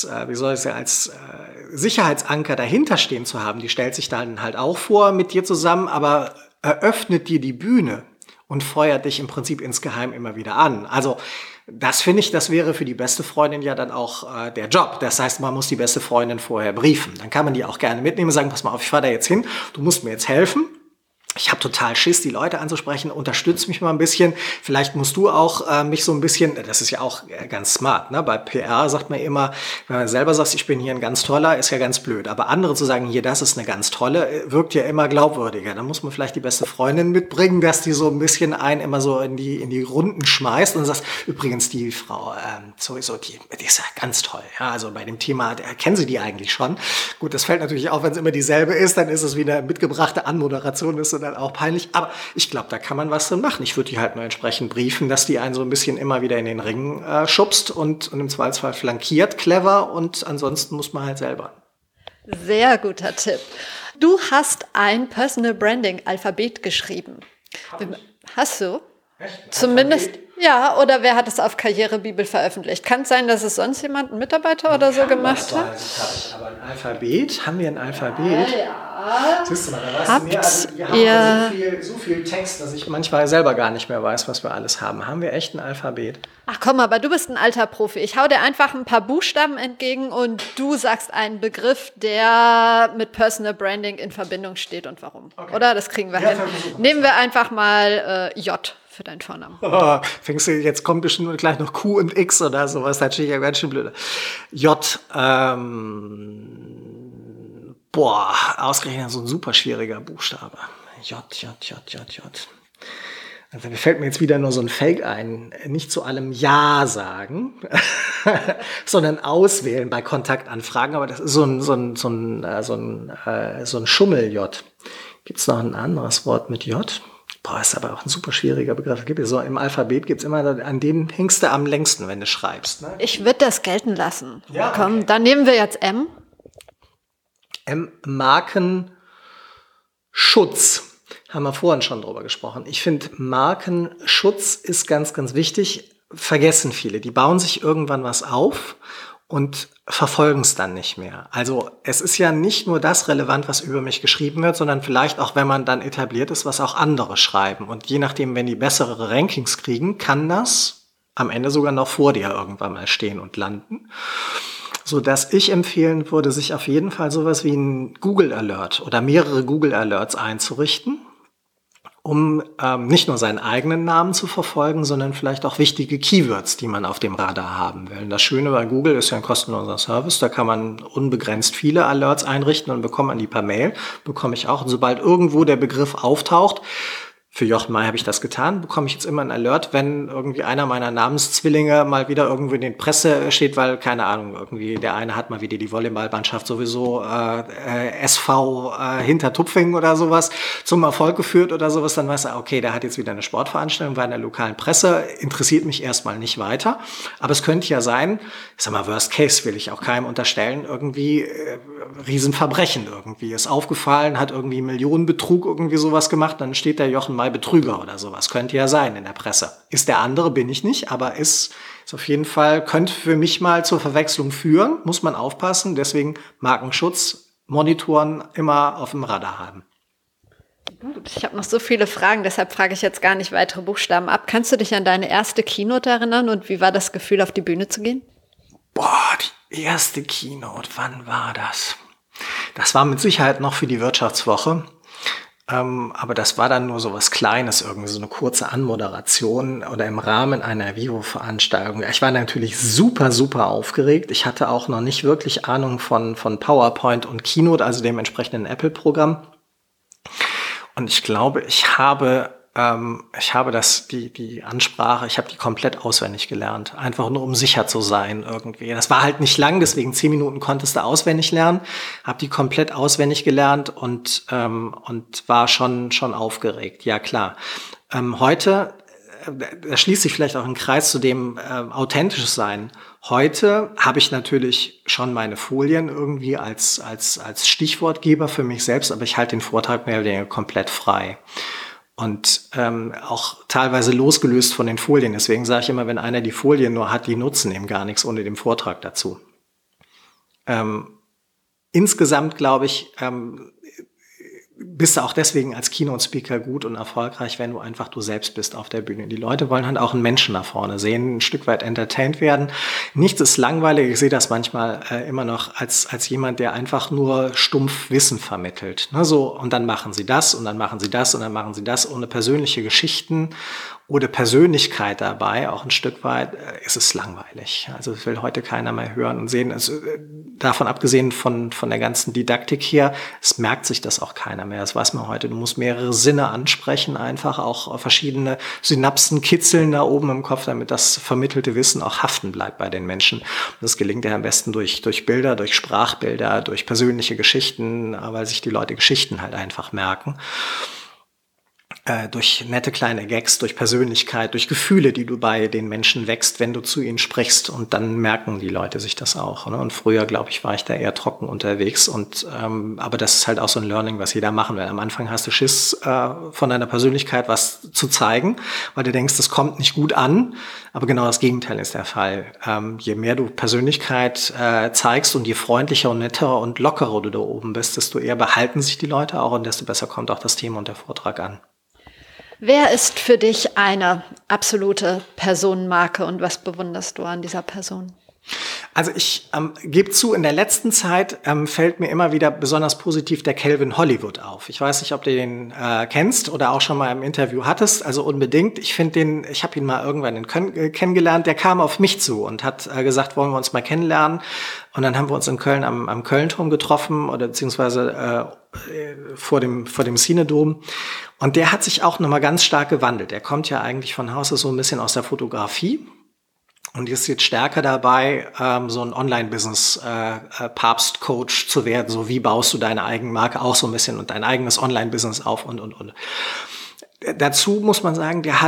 Sicherheitsanker dahinter stehen zu haben, die stellt sich dann halt auch vor mit dir zusammen, aber eröffnet dir die Bühne und feuert dich im Prinzip insgeheim immer wieder an. Also das finde ich, das wäre für die beste Freundin ja dann auch der Job. Das heißt, man muss die beste Freundin vorher briefen. Dann kann man die auch gerne mitnehmen und sagen, pass mal auf, ich fahre da jetzt hin, du musst mir jetzt helfen. Ich habe total Schiss, die Leute anzusprechen, unterstütz mich mal ein bisschen. Vielleicht musst du auch mich so ein bisschen, das ist ja auch ganz smart, ne? Bei PR sagt man immer, wenn man selber sagt, ich bin hier ein ganz toller, ist ja ganz blöd. Aber andere zu sagen, hier, das ist eine ganz tolle, wirkt ja immer glaubwürdiger. Da muss man vielleicht die beste Freundin mitbringen, dass die so ein bisschen einen immer so in die Runden schmeißt und sagt, übrigens, die Frau, sowieso, die ist ja ganz toll. Ja, also bei dem Thema, kennen Sie die eigentlich schon? Gut, das fällt natürlich auf, wenn es immer dieselbe ist, dann ist es wie eine mitgebrachte Anmoderation, ist so dann auch peinlich, aber ich glaube, da kann man was drin machen. Ich würde die halt nur entsprechend briefen, dass die einen so ein bisschen immer wieder in den Ring schubst und im Zweifelsfall flankiert, clever und ansonsten muss man halt selber. Sehr guter Tipp. Du hast ein Personal Branding Alphabet geschrieben. Hast du? Echt? Zumindest, ja, oder wer hat es auf Karrierebibel veröffentlicht? Kann es sein, dass es sonst jemand, ein Mitarbeiter oder so gemacht hat? Aber ein Alphabet, haben wir ein Alphabet? Ja. Siehst du mal, da weißt du mehr. Also wir haben so viel Text, dass ich manchmal selber gar nicht mehr weiß, was wir alles haben. Haben wir echt ein Alphabet? Ach komm, aber du bist ein alter Profi. Ich hau dir einfach ein paar Buchstaben entgegen und du sagst einen Begriff, der mit Personal Branding in Verbindung steht und warum. Okay. Oder? Das kriegen wir hin. Nehmen wir einfach mal J für deinen Vornamen. Oh, jetzt kommt bestimmt gleich noch Q und X oder sowas. Das ist ja ganz schön blöd. J, ausgerechnet so ein super schwieriger Buchstabe. J. Also mir fällt mir jetzt wieder nur so ein Fake ein. Nicht zu allem Ja sagen, sondern auswählen bei Kontaktanfragen. Aber das ist so ein Schummel-J. Gibt es noch ein anderes Wort mit J? Ist aber auch ein super schwieriger Begriff. So, im Alphabet gibt es immer, an den hängst du am längsten, wenn du schreibst. Ne? Ich würde das gelten lassen. Ja, komm, okay. Dann nehmen wir jetzt M. Markenschutz. Haben wir vorhin schon drüber gesprochen. Ich finde, Markenschutz ist ganz, ganz wichtig. Vergessen viele. Die bauen sich irgendwann was auf und verfolgen es dann nicht mehr. Also es ist ja nicht nur das relevant, was über mich geschrieben wird, sondern vielleicht auch, wenn man dann etabliert ist, was auch andere schreiben. Und je nachdem, wenn die bessere Rankings kriegen, kann das am Ende sogar noch vor dir irgendwann mal stehen und landen. So dass ich empfehlen würde, sich auf jeden Fall sowas wie ein Google Alert oder mehrere Google Alerts einzurichten, um nicht nur seinen eigenen Namen zu verfolgen, sondern vielleicht auch wichtige Keywords, die man auf dem Radar haben will. Und das Schöne bei Google ist ja ein kostenloser Service, da kann man unbegrenzt viele Alerts einrichten und bekommt man die per Mail, bekomme ich auch. Und sobald irgendwo der Begriff auftaucht, für Jochen May habe ich das getan, bekomme ich jetzt immer einen Alert, wenn irgendwie einer meiner Namenszwillinge mal wieder irgendwo in den Presse steht, weil, keine Ahnung, irgendwie der eine hat mal wieder die Volleyballmannschaft sowieso SV Hintertupfingen oder sowas zum Erfolg geführt oder sowas, dann weiß er, okay, der hat jetzt wieder eine Sportveranstaltung, war in der lokalen Presse, interessiert mich erstmal nicht weiter. Aber es könnte ja sein, ich sag mal, Worst Case will ich auch keinem unterstellen, irgendwie Riesenverbrechen irgendwie. Ist aufgefallen, hat irgendwie Millionenbetrug irgendwie sowas gemacht, dann steht der Jochen May Betrüger oder sowas. Könnte ja sein in der Presse. Ist der andere, bin ich nicht, aber ist auf jeden Fall, könnte für mich mal zur Verwechslung führen, muss man aufpassen. Deswegen Markenschutz, Monitoren immer auf dem Radar haben. Gut, ich habe noch so viele Fragen, deshalb frage ich jetzt gar nicht weitere Buchstaben ab. Kannst du dich an deine erste Keynote erinnern und wie war das Gefühl, auf die Bühne zu gehen? Boah, die erste Keynote, wann war das? Das war mit Sicherheit noch für die Wirtschaftswoche. Aber das war dann nur so was Kleines, irgendwie so eine kurze Anmoderation oder im Rahmen einer Vivo-Veranstaltung. Ich war natürlich super, super aufgeregt. Ich hatte auch noch nicht wirklich Ahnung von PowerPoint und Keynote, also dem entsprechenden Apple-Programm. Und ich glaube, ich habe die Ansprache, ich habe die komplett auswendig gelernt. Einfach nur, um sicher zu sein irgendwie. Das war halt nicht lang, deswegen 10 Minuten konntest du auswendig lernen. Habe die komplett auswendig gelernt und war schon aufgeregt. Ja, klar. Heute, da schließt sich vielleicht auch ein Kreis zu dem authentisches Sein. Heute habe ich natürlich schon meine Folien irgendwie als Stichwortgeber für mich selbst, aber ich halte den Vortrag mehr oder weniger komplett frei. Und auch teilweise losgelöst von den Folien. Deswegen sage ich immer, wenn einer die Folien nur hat, die nutzen eben gar nichts ohne den Vortrag dazu. Insgesamt glaube ich, bist du auch deswegen als Keynote-Speaker gut und erfolgreich, wenn du einfach du selbst bist auf der Bühne. Die Leute wollen halt auch einen Menschen da vorne sehen, ein Stück weit entertained werden. Nichts ist langweilig. Ich sehe das manchmal immer noch als jemand, der einfach nur stumpf Wissen vermittelt. Ne, so, und dann machen sie das und dann machen sie das und dann machen sie das ohne persönliche Geschichten oder Persönlichkeit dabei. Auch ein Stück weit ist es langweilig. Also das will heute keiner mehr hören und sehen. Also, davon abgesehen von der ganzen Didaktik her, es merkt sich das auch keiner mehr. Das weiß man heute. Du musst mehrere Sinne ansprechen, einfach auch verschiedene Synapsen kitzeln da oben im Kopf, damit das vermittelte Wissen auch haften bleibt bei den Menschen. Und das gelingt ja am besten durch Bilder, durch Sprachbilder, durch persönliche Geschichten, weil sich die Leute Geschichten halt einfach merken. Durch nette kleine Gags, durch Persönlichkeit, durch Gefühle, die du bei den Menschen wächst, wenn du zu ihnen sprichst, und dann merken die Leute sich das auch. Ne? Und früher, glaube ich, war ich da eher trocken unterwegs aber das ist halt auch so ein Learning, was jeder machen will. Am Anfang hast du Schiss, von deiner Persönlichkeit was zu zeigen, weil du denkst, das kommt nicht gut an, aber genau das Gegenteil ist der Fall. Je mehr du Persönlichkeit zeigst und je freundlicher und netter und lockerer du da oben bist, desto eher behalten sich die Leute auch und desto besser kommt auch das Thema und der Vortrag an. Wer ist für dich eine absolute Personenmarke und was bewunderst du an dieser Person? Also ich gebe zu, in der letzten Zeit fällt mir immer wieder besonders positiv der Calvin Hollywood auf. Ich weiß nicht, ob du den kennst oder auch schon mal im Interview hattest, also unbedingt. Ich habe ihn mal irgendwann in Köln kennengelernt, der kam auf mich zu und hat gesagt, wollen wir uns mal kennenlernen. Und dann haben wir uns in Köln am Kölnturm getroffen oder beziehungsweise vor dem Cinedom. Und der hat sich auch nochmal ganz stark gewandelt. Er kommt ja eigentlich von Haus aus so ein bisschen aus der Fotografie. Und ist jetzt stärker dabei, so ein Online-Business Papst-Coach zu werden. So, wie baust du deine eigene Marke auch so ein bisschen und dein eigenes Online-Business auf und. Dazu muss man sagen, der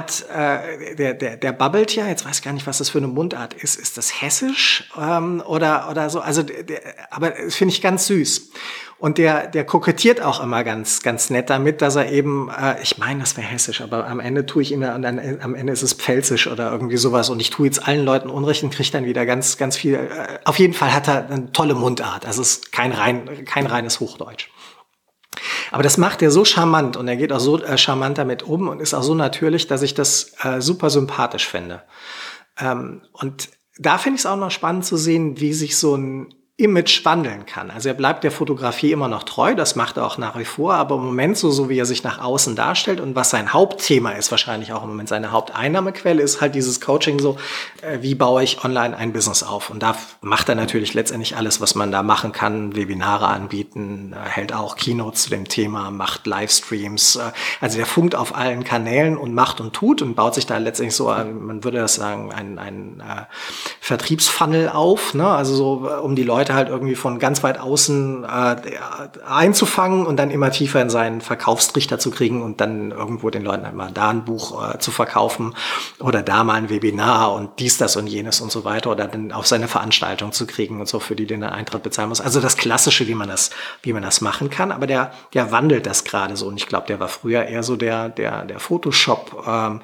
der babbelt ja, jetzt weiß ich gar nicht, was das für eine Mundart ist. Ist das Hessisch oder so? Also, aber das finde ich ganz süß. Und der kokettiert auch immer ganz, ganz nett damit, dass er eben, ich meine, das wäre hessisch, aber am Ende tue ich ihm ja, und dann am Ende ist es pfälzisch oder irgendwie sowas und ich tue jetzt allen Leuten Unrecht und kriege dann wieder ganz, ganz viel. Auf jeden Fall hat er eine tolle Mundart. Also es ist kein reines Hochdeutsch. Aber das macht er so charmant und er geht auch so charmant damit um und ist auch so natürlich, dass ich das super sympathisch finde. Und da finde ich es auch noch spannend zu sehen, wie sich so ein Image wandeln kann. Also er bleibt der Fotografie immer noch treu, das macht er auch nach wie vor, aber im Moment so wie er sich nach außen darstellt und was sein Hauptthema ist, wahrscheinlich auch im Moment seine Haupteinnahmequelle, ist halt dieses Coaching so, wie baue ich online ein Business auf? Und da macht er natürlich letztendlich alles, was man da machen kann, Webinare anbieten, hält auch Keynotes zu dem Thema, macht Livestreams, also der funkt auf allen Kanälen und macht und tut und baut sich da letztendlich so, man würde das sagen, ein Vertriebsfunnel auf, ne? Also so, um die Leute halt irgendwie von ganz weit außen einzufangen und dann immer tiefer in seinen Verkaufstrichter zu kriegen und dann irgendwo den Leuten halt mal da ein Buch zu verkaufen oder da mal ein Webinar und dies, das und jenes und so weiter oder dann auf seine Veranstaltung zu kriegen und so, für die den Eintritt bezahlen muss. Also das Klassische, wie man das machen kann, aber der wandelt das gerade so und ich glaube, der war früher eher so der Photoshop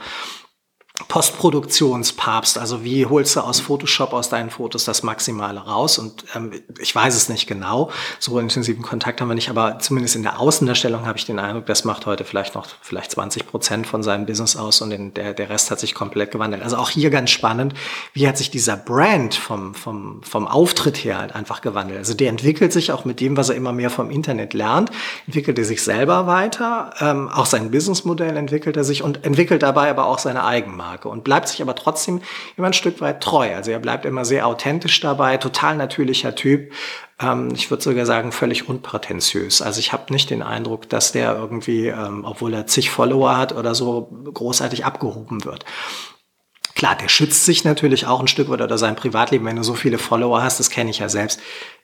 Postproduktionspapst, also wie holst du aus Photoshop, aus deinen Fotos das Maximale raus und ich weiß es nicht genau, so intensiven Kontakt haben wir nicht, aber zumindest in der Außendarstellung habe ich den Eindruck, das macht heute vielleicht 20% von seinem Business aus und der Rest hat sich komplett gewandelt. Also auch hier ganz spannend, wie hat sich dieser Brand vom Auftritt her halt einfach gewandelt. Also der entwickelt sich auch mit dem, was er immer mehr vom Internet lernt, entwickelt er sich selber weiter, auch sein Businessmodell entwickelt er sich und entwickelt dabei aber auch seine Eigenmarke. Und bleibt sich aber trotzdem immer ein Stück weit treu. Also er bleibt immer sehr authentisch dabei, total natürlicher Typ. Ich würde sogar sagen, völlig unprätentiös. Also ich habe nicht den Eindruck, dass der irgendwie, obwohl er zig Follower hat oder so, großartig abgehoben wird. Klar, der schützt sich natürlich auch ein Stück weit oder sein Privatleben, wenn du so viele Follower hast, das kenne ich ja selbst.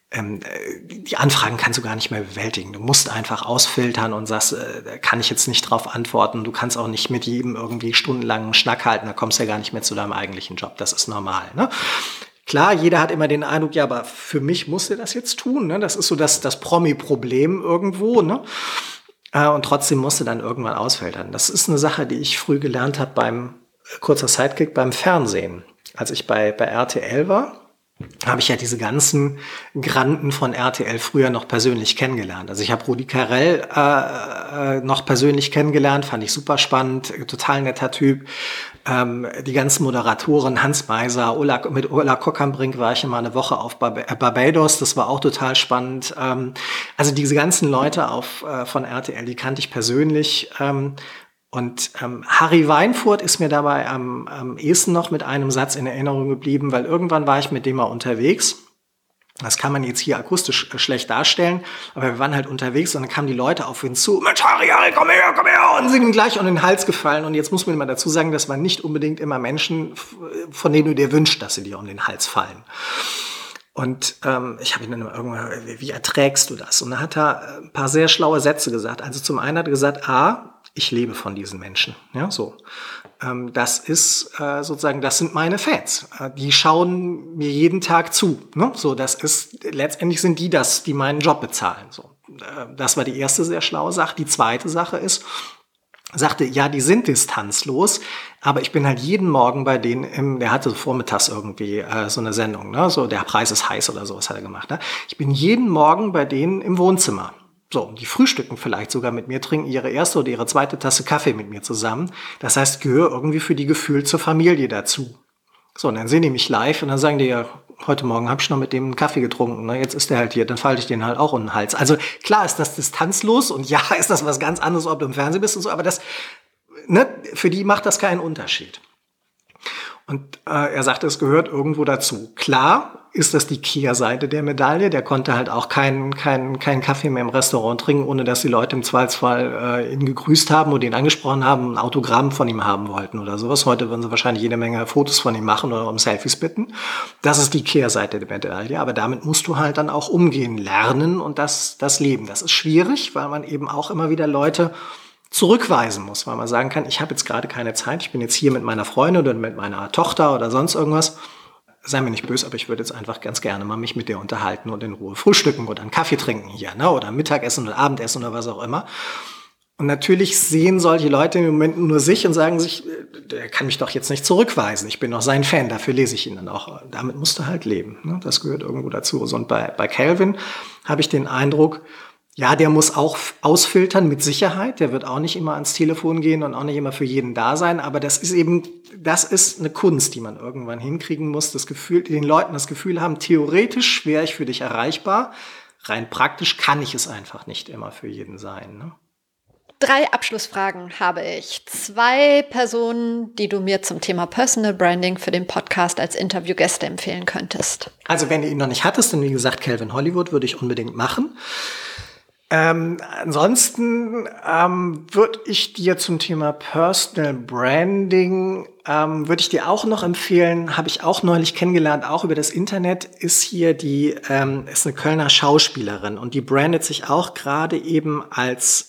Die Anfragen kannst du gar nicht mehr bewältigen. Du musst einfach ausfiltern und sagst, kann ich jetzt nicht drauf antworten. Du kannst auch nicht mit jedem irgendwie stundenlangen Schnack halten. Da kommst du ja gar nicht mehr zu deinem eigentlichen Job. Das ist normal, ne? Klar, jeder hat immer den Eindruck, ja, aber für mich musst du das jetzt tun, ne? Das ist so das Promi-Problem irgendwo, ne? Und trotzdem musst du dann irgendwann ausfiltern. Das ist eine Sache, die ich früh gelernt habe kurzer Sidekick beim Fernsehen. Als ich bei RTL war, habe ich ja diese ganzen Granden von RTL früher noch persönlich kennengelernt. Also ich habe Rudi Carrell noch persönlich kennengelernt, fand ich super spannend, total netter Typ. Die ganzen Moderatoren, Hans Meiser, mit Ulla Kockernbrink war ich immer eine Woche auf Barbados, das war auch total spannend. Also diese ganzen Leute von RTL, die kannte ich persönlich. Und Harry Weinfurt ist mir dabei am ehesten noch mit einem Satz in Erinnerung geblieben, weil irgendwann war ich mit dem mal unterwegs. Das kann man jetzt hier akustisch schlecht darstellen, aber wir waren halt unterwegs und dann kamen die Leute auf ihn zu. Mensch, Harry, komm her! Und sind ihm gleich um den Hals gefallen. Und jetzt muss man immer dazu sagen, das waren nicht unbedingt immer Menschen, von denen du dir wünschst, dass sie dir um den Hals fallen. Und ich habe ihn dann immer irgendwann, wie erträgst du das? Und dann hat er ein paar sehr schlaue Sätze gesagt. Also zum einen hat er gesagt, ich lebe von diesen Menschen. Ja, so. Das ist sozusagen, das sind meine Fans. Die schauen mir jeden Tag zu. Ne? So, letztendlich sind die meinen Job bezahlen. So. Das war die erste sehr schlaue Sache. Die zweite Sache sagte, ja, die sind distanzlos, aber ich bin halt jeden Morgen bei denen der hatte so vormittags irgendwie so eine Sendung, ne? So, der Preis ist heiß oder sowas hat er gemacht. Ne? Ich bin jeden Morgen bei denen im Wohnzimmer. So, die frühstücken vielleicht sogar mit mir, trinken ihre erste oder ihre zweite Tasse Kaffee mit mir zusammen. Das heißt, gehöre irgendwie für die Gefühl zur Familie dazu. So, und dann sehen die mich live und dann sagen die ja, heute Morgen habe ich noch mit dem einen Kaffee getrunken, ne? Jetzt ist der halt hier, dann falte ich den halt auch um den Hals. Also klar ist das distanzlos und ja, ist das was ganz anderes, ob du im Fernsehen bist und so, aber für die macht das keinen Unterschied. Und er sagte, es gehört irgendwo dazu. Klar ist das die Kehrseite der Medaille. Der konnte halt auch keinen Kaffee mehr im Restaurant trinken, ohne dass die Leute im Zweifelsfall ihn gegrüßt haben oder ihn angesprochen haben, ein Autogramm von ihm haben wollten oder sowas. Heute würden sie wahrscheinlich jede Menge Fotos von ihm machen oder um Selfies bitten. Das ist die Kehrseite der Medaille. Aber damit musst du halt dann auch umgehen lernen und das leben. Das ist schwierig, weil man eben auch immer wieder Leute zurückweisen muss, weil man sagen kann, ich habe jetzt gerade keine Zeit, ich bin jetzt hier mit meiner Freundin oder mit meiner Tochter oder sonst irgendwas. sei mir nicht böse, aber ich würde jetzt einfach ganz gerne mal mich mit dir unterhalten und in Ruhe frühstücken oder einen Kaffee trinken hier, ne? Oder Mittagessen oder Abendessen oder was auch immer. Und natürlich sehen solche Leute im Moment nur sich und sagen sich, der kann mich doch jetzt nicht zurückweisen. Ich bin doch sein Fan, dafür lese ich ihn dann auch. Damit musst du halt leben. Ne? Das gehört irgendwo dazu. Und bei Calvin habe ich den Eindruck, ja, der muss auch ausfiltern mit Sicherheit. Der wird auch nicht immer ans Telefon gehen und auch nicht immer für jeden da sein. Aber das ist eine Kunst, die man irgendwann hinkriegen muss. Den Leuten das Gefühl haben, theoretisch wäre ich für dich erreichbar. Rein praktisch kann ich es einfach nicht immer für jeden sein, ne? 3 Abschlussfragen habe ich. 2 Personen, die du mir zum Thema Personal Branding für den Podcast als Interviewgäste empfehlen könntest. Also wenn du ihn noch nicht hattest, dann wie gesagt, Calvin Hollywood würde ich unbedingt machen. Ansonsten würde ich dir zum Thema Personal Branding, würde ich dir auch noch empfehlen, habe ich auch neulich kennengelernt, auch über das Internet, ist hier ist eine Kölner Schauspielerin und die brandet sich auch gerade eben als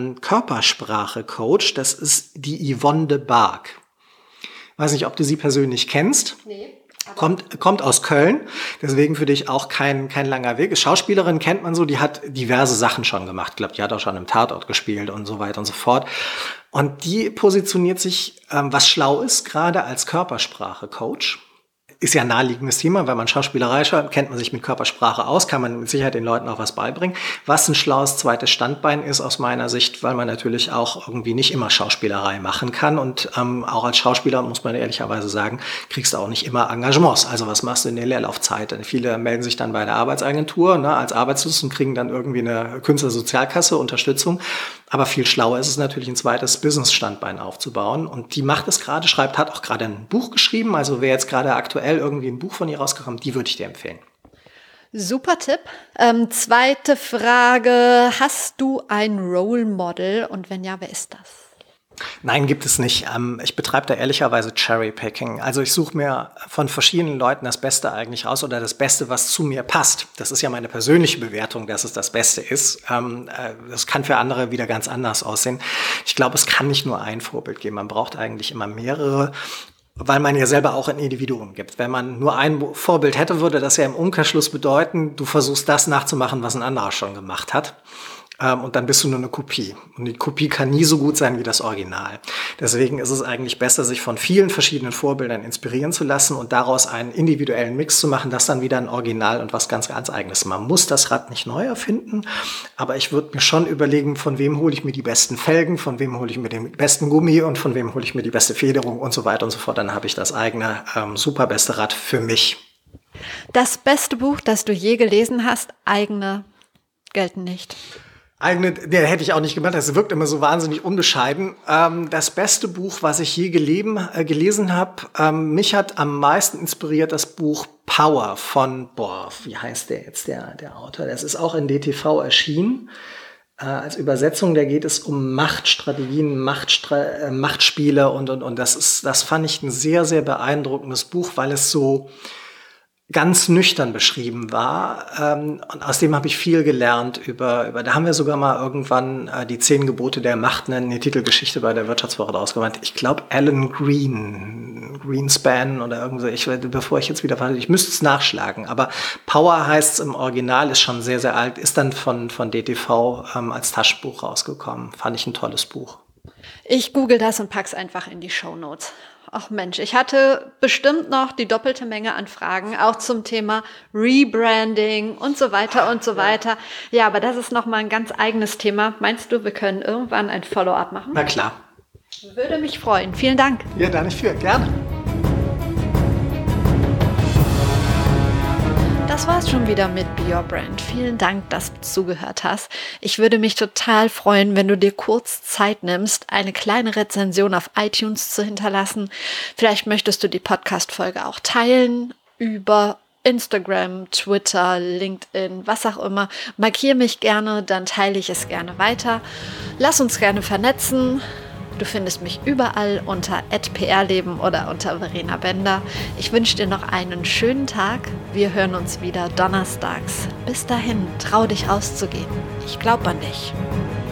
Körpersprache-Coach. Das ist die Yvonne de Barg. Weiß nicht, ob du sie persönlich kennst. Nee. Kommt aus Köln, deswegen für dich auch kein langer Weg. Schauspielerin kennt man so, die hat diverse Sachen schon gemacht. Ich glaube, die hat auch schon im Tatort gespielt und so weiter und so fort. Und die positioniert sich, was schlau ist, gerade als Körpersprache-Coach. Ist ja ein naheliegendes Thema, weil man Schauspielerei schaut, kennt man sich mit Körpersprache aus, kann man mit Sicherheit den Leuten auch was beibringen. Was ein schlaues zweites Standbein ist aus meiner Sicht, weil man natürlich auch irgendwie nicht immer Schauspielerei machen kann. Und auch als Schauspieler, muss man ehrlicherweise sagen, kriegst du auch nicht immer Engagements. Also was machst du in der Leerlaufzeit? Viele melden sich dann bei der Arbeitsagentur, ne, als arbeitslos und kriegen dann irgendwie eine Künstlersozialkasse, Unterstützung. Aber viel schlauer ist es natürlich, ein zweites Business-Standbein aufzubauen. Und die macht es gerade, hat auch gerade ein Buch geschrieben. Also wer jetzt gerade aktuell irgendwie ein Buch von ihr rausgekommen, die würde ich dir empfehlen. Super Tipp. Zweite Frage, hast du ein Role Model und wenn ja, wer ist das? Nein, gibt es nicht. Ich betreibe da ehrlicherweise Cherry-Picking. Also ich suche mir von verschiedenen Leuten das Beste eigentlich raus oder das Beste, was zu mir passt. Das ist ja meine persönliche Bewertung, dass es das Beste ist. Das kann für andere wieder ganz anders aussehen. Ich glaube, es kann nicht nur ein Vorbild geben. Man braucht eigentlich immer mehrere, weil man ja selber auch ein Individuum gibt. Wenn man nur ein Vorbild hätte, würde das ja im Umkehrschluss bedeuten, du versuchst das nachzumachen, was ein anderer schon gemacht hat. Und dann bist du nur eine Kopie. Und die Kopie kann nie so gut sein wie das Original. Deswegen ist es eigentlich besser, sich von vielen verschiedenen Vorbildern inspirieren zu lassen und daraus einen individuellen Mix zu machen, das dann wieder ein Original und was ganz, ganz Eigenes. Man muss das Rad nicht neu erfinden, aber ich würde mir schon überlegen, von wem hole ich mir die besten Felgen, von wem hole ich mir den besten Gummi und von wem hole ich mir die beste Federung und so weiter und so fort. Dann habe ich das eigene, super beste Rad für mich. Das beste Buch, das du je gelesen hast, eigene gelten nicht. Der hätte ich auch nicht gemacht, das wirkt immer so wahnsinnig unbescheiden. Das beste Buch, was ich je gelesen habe, mich hat am meisten inspiriert das Buch Power von, wie heißt der jetzt, der Autor? Das ist auch in DTV erschienen. Als Übersetzung, da geht es um Machtstrategien, Machtspiele und das fand ich ein sehr, sehr beeindruckendes Buch, weil es so ganz nüchtern beschrieben war. Und aus dem habe ich viel gelernt da haben wir sogar mal irgendwann die 10 Gebote der Macht, eine Titelgeschichte bei der Wirtschaftswoche rausgewandt. Ich glaube, Alan Greenspan oder irgendwie, ich müsste es nachschlagen. Aber Power heißt es im Original, ist schon sehr, sehr alt, ist dann von DTV als Taschenbuch rausgekommen. Fand ich ein tolles Buch. Ich google das und pack's einfach in die Shownotes. Ach Mensch, ich hatte bestimmt noch die doppelte Menge an Fragen, auch zum Thema Rebranding und so weiter und so weiter. Ja, aber das ist nochmal ein ganz eigenes Thema. Meinst du, wir können irgendwann ein Follow-up machen? Na klar. Würde mich freuen. Vielen Dank. Ja, da nicht für. Gerne. Das war's schon wieder mit Be Your Brand. Vielen Dank, dass du zugehört hast. Ich würde mich total freuen, wenn du dir kurz Zeit nimmst, eine kleine Rezension auf iTunes zu hinterlassen. Vielleicht möchtest du die Podcast-Folge auch teilen über Instagram, Twitter, LinkedIn, was auch immer. Markiere mich gerne, dann teile ich es gerne weiter. Lass uns gerne vernetzen. Du findest mich überall unter @prleben oder unter Verena Bender. Ich wünsche dir noch einen schönen Tag. Wir hören uns wieder donnerstags. Bis dahin, trau dich rauszugehen. Ich glaube an dich.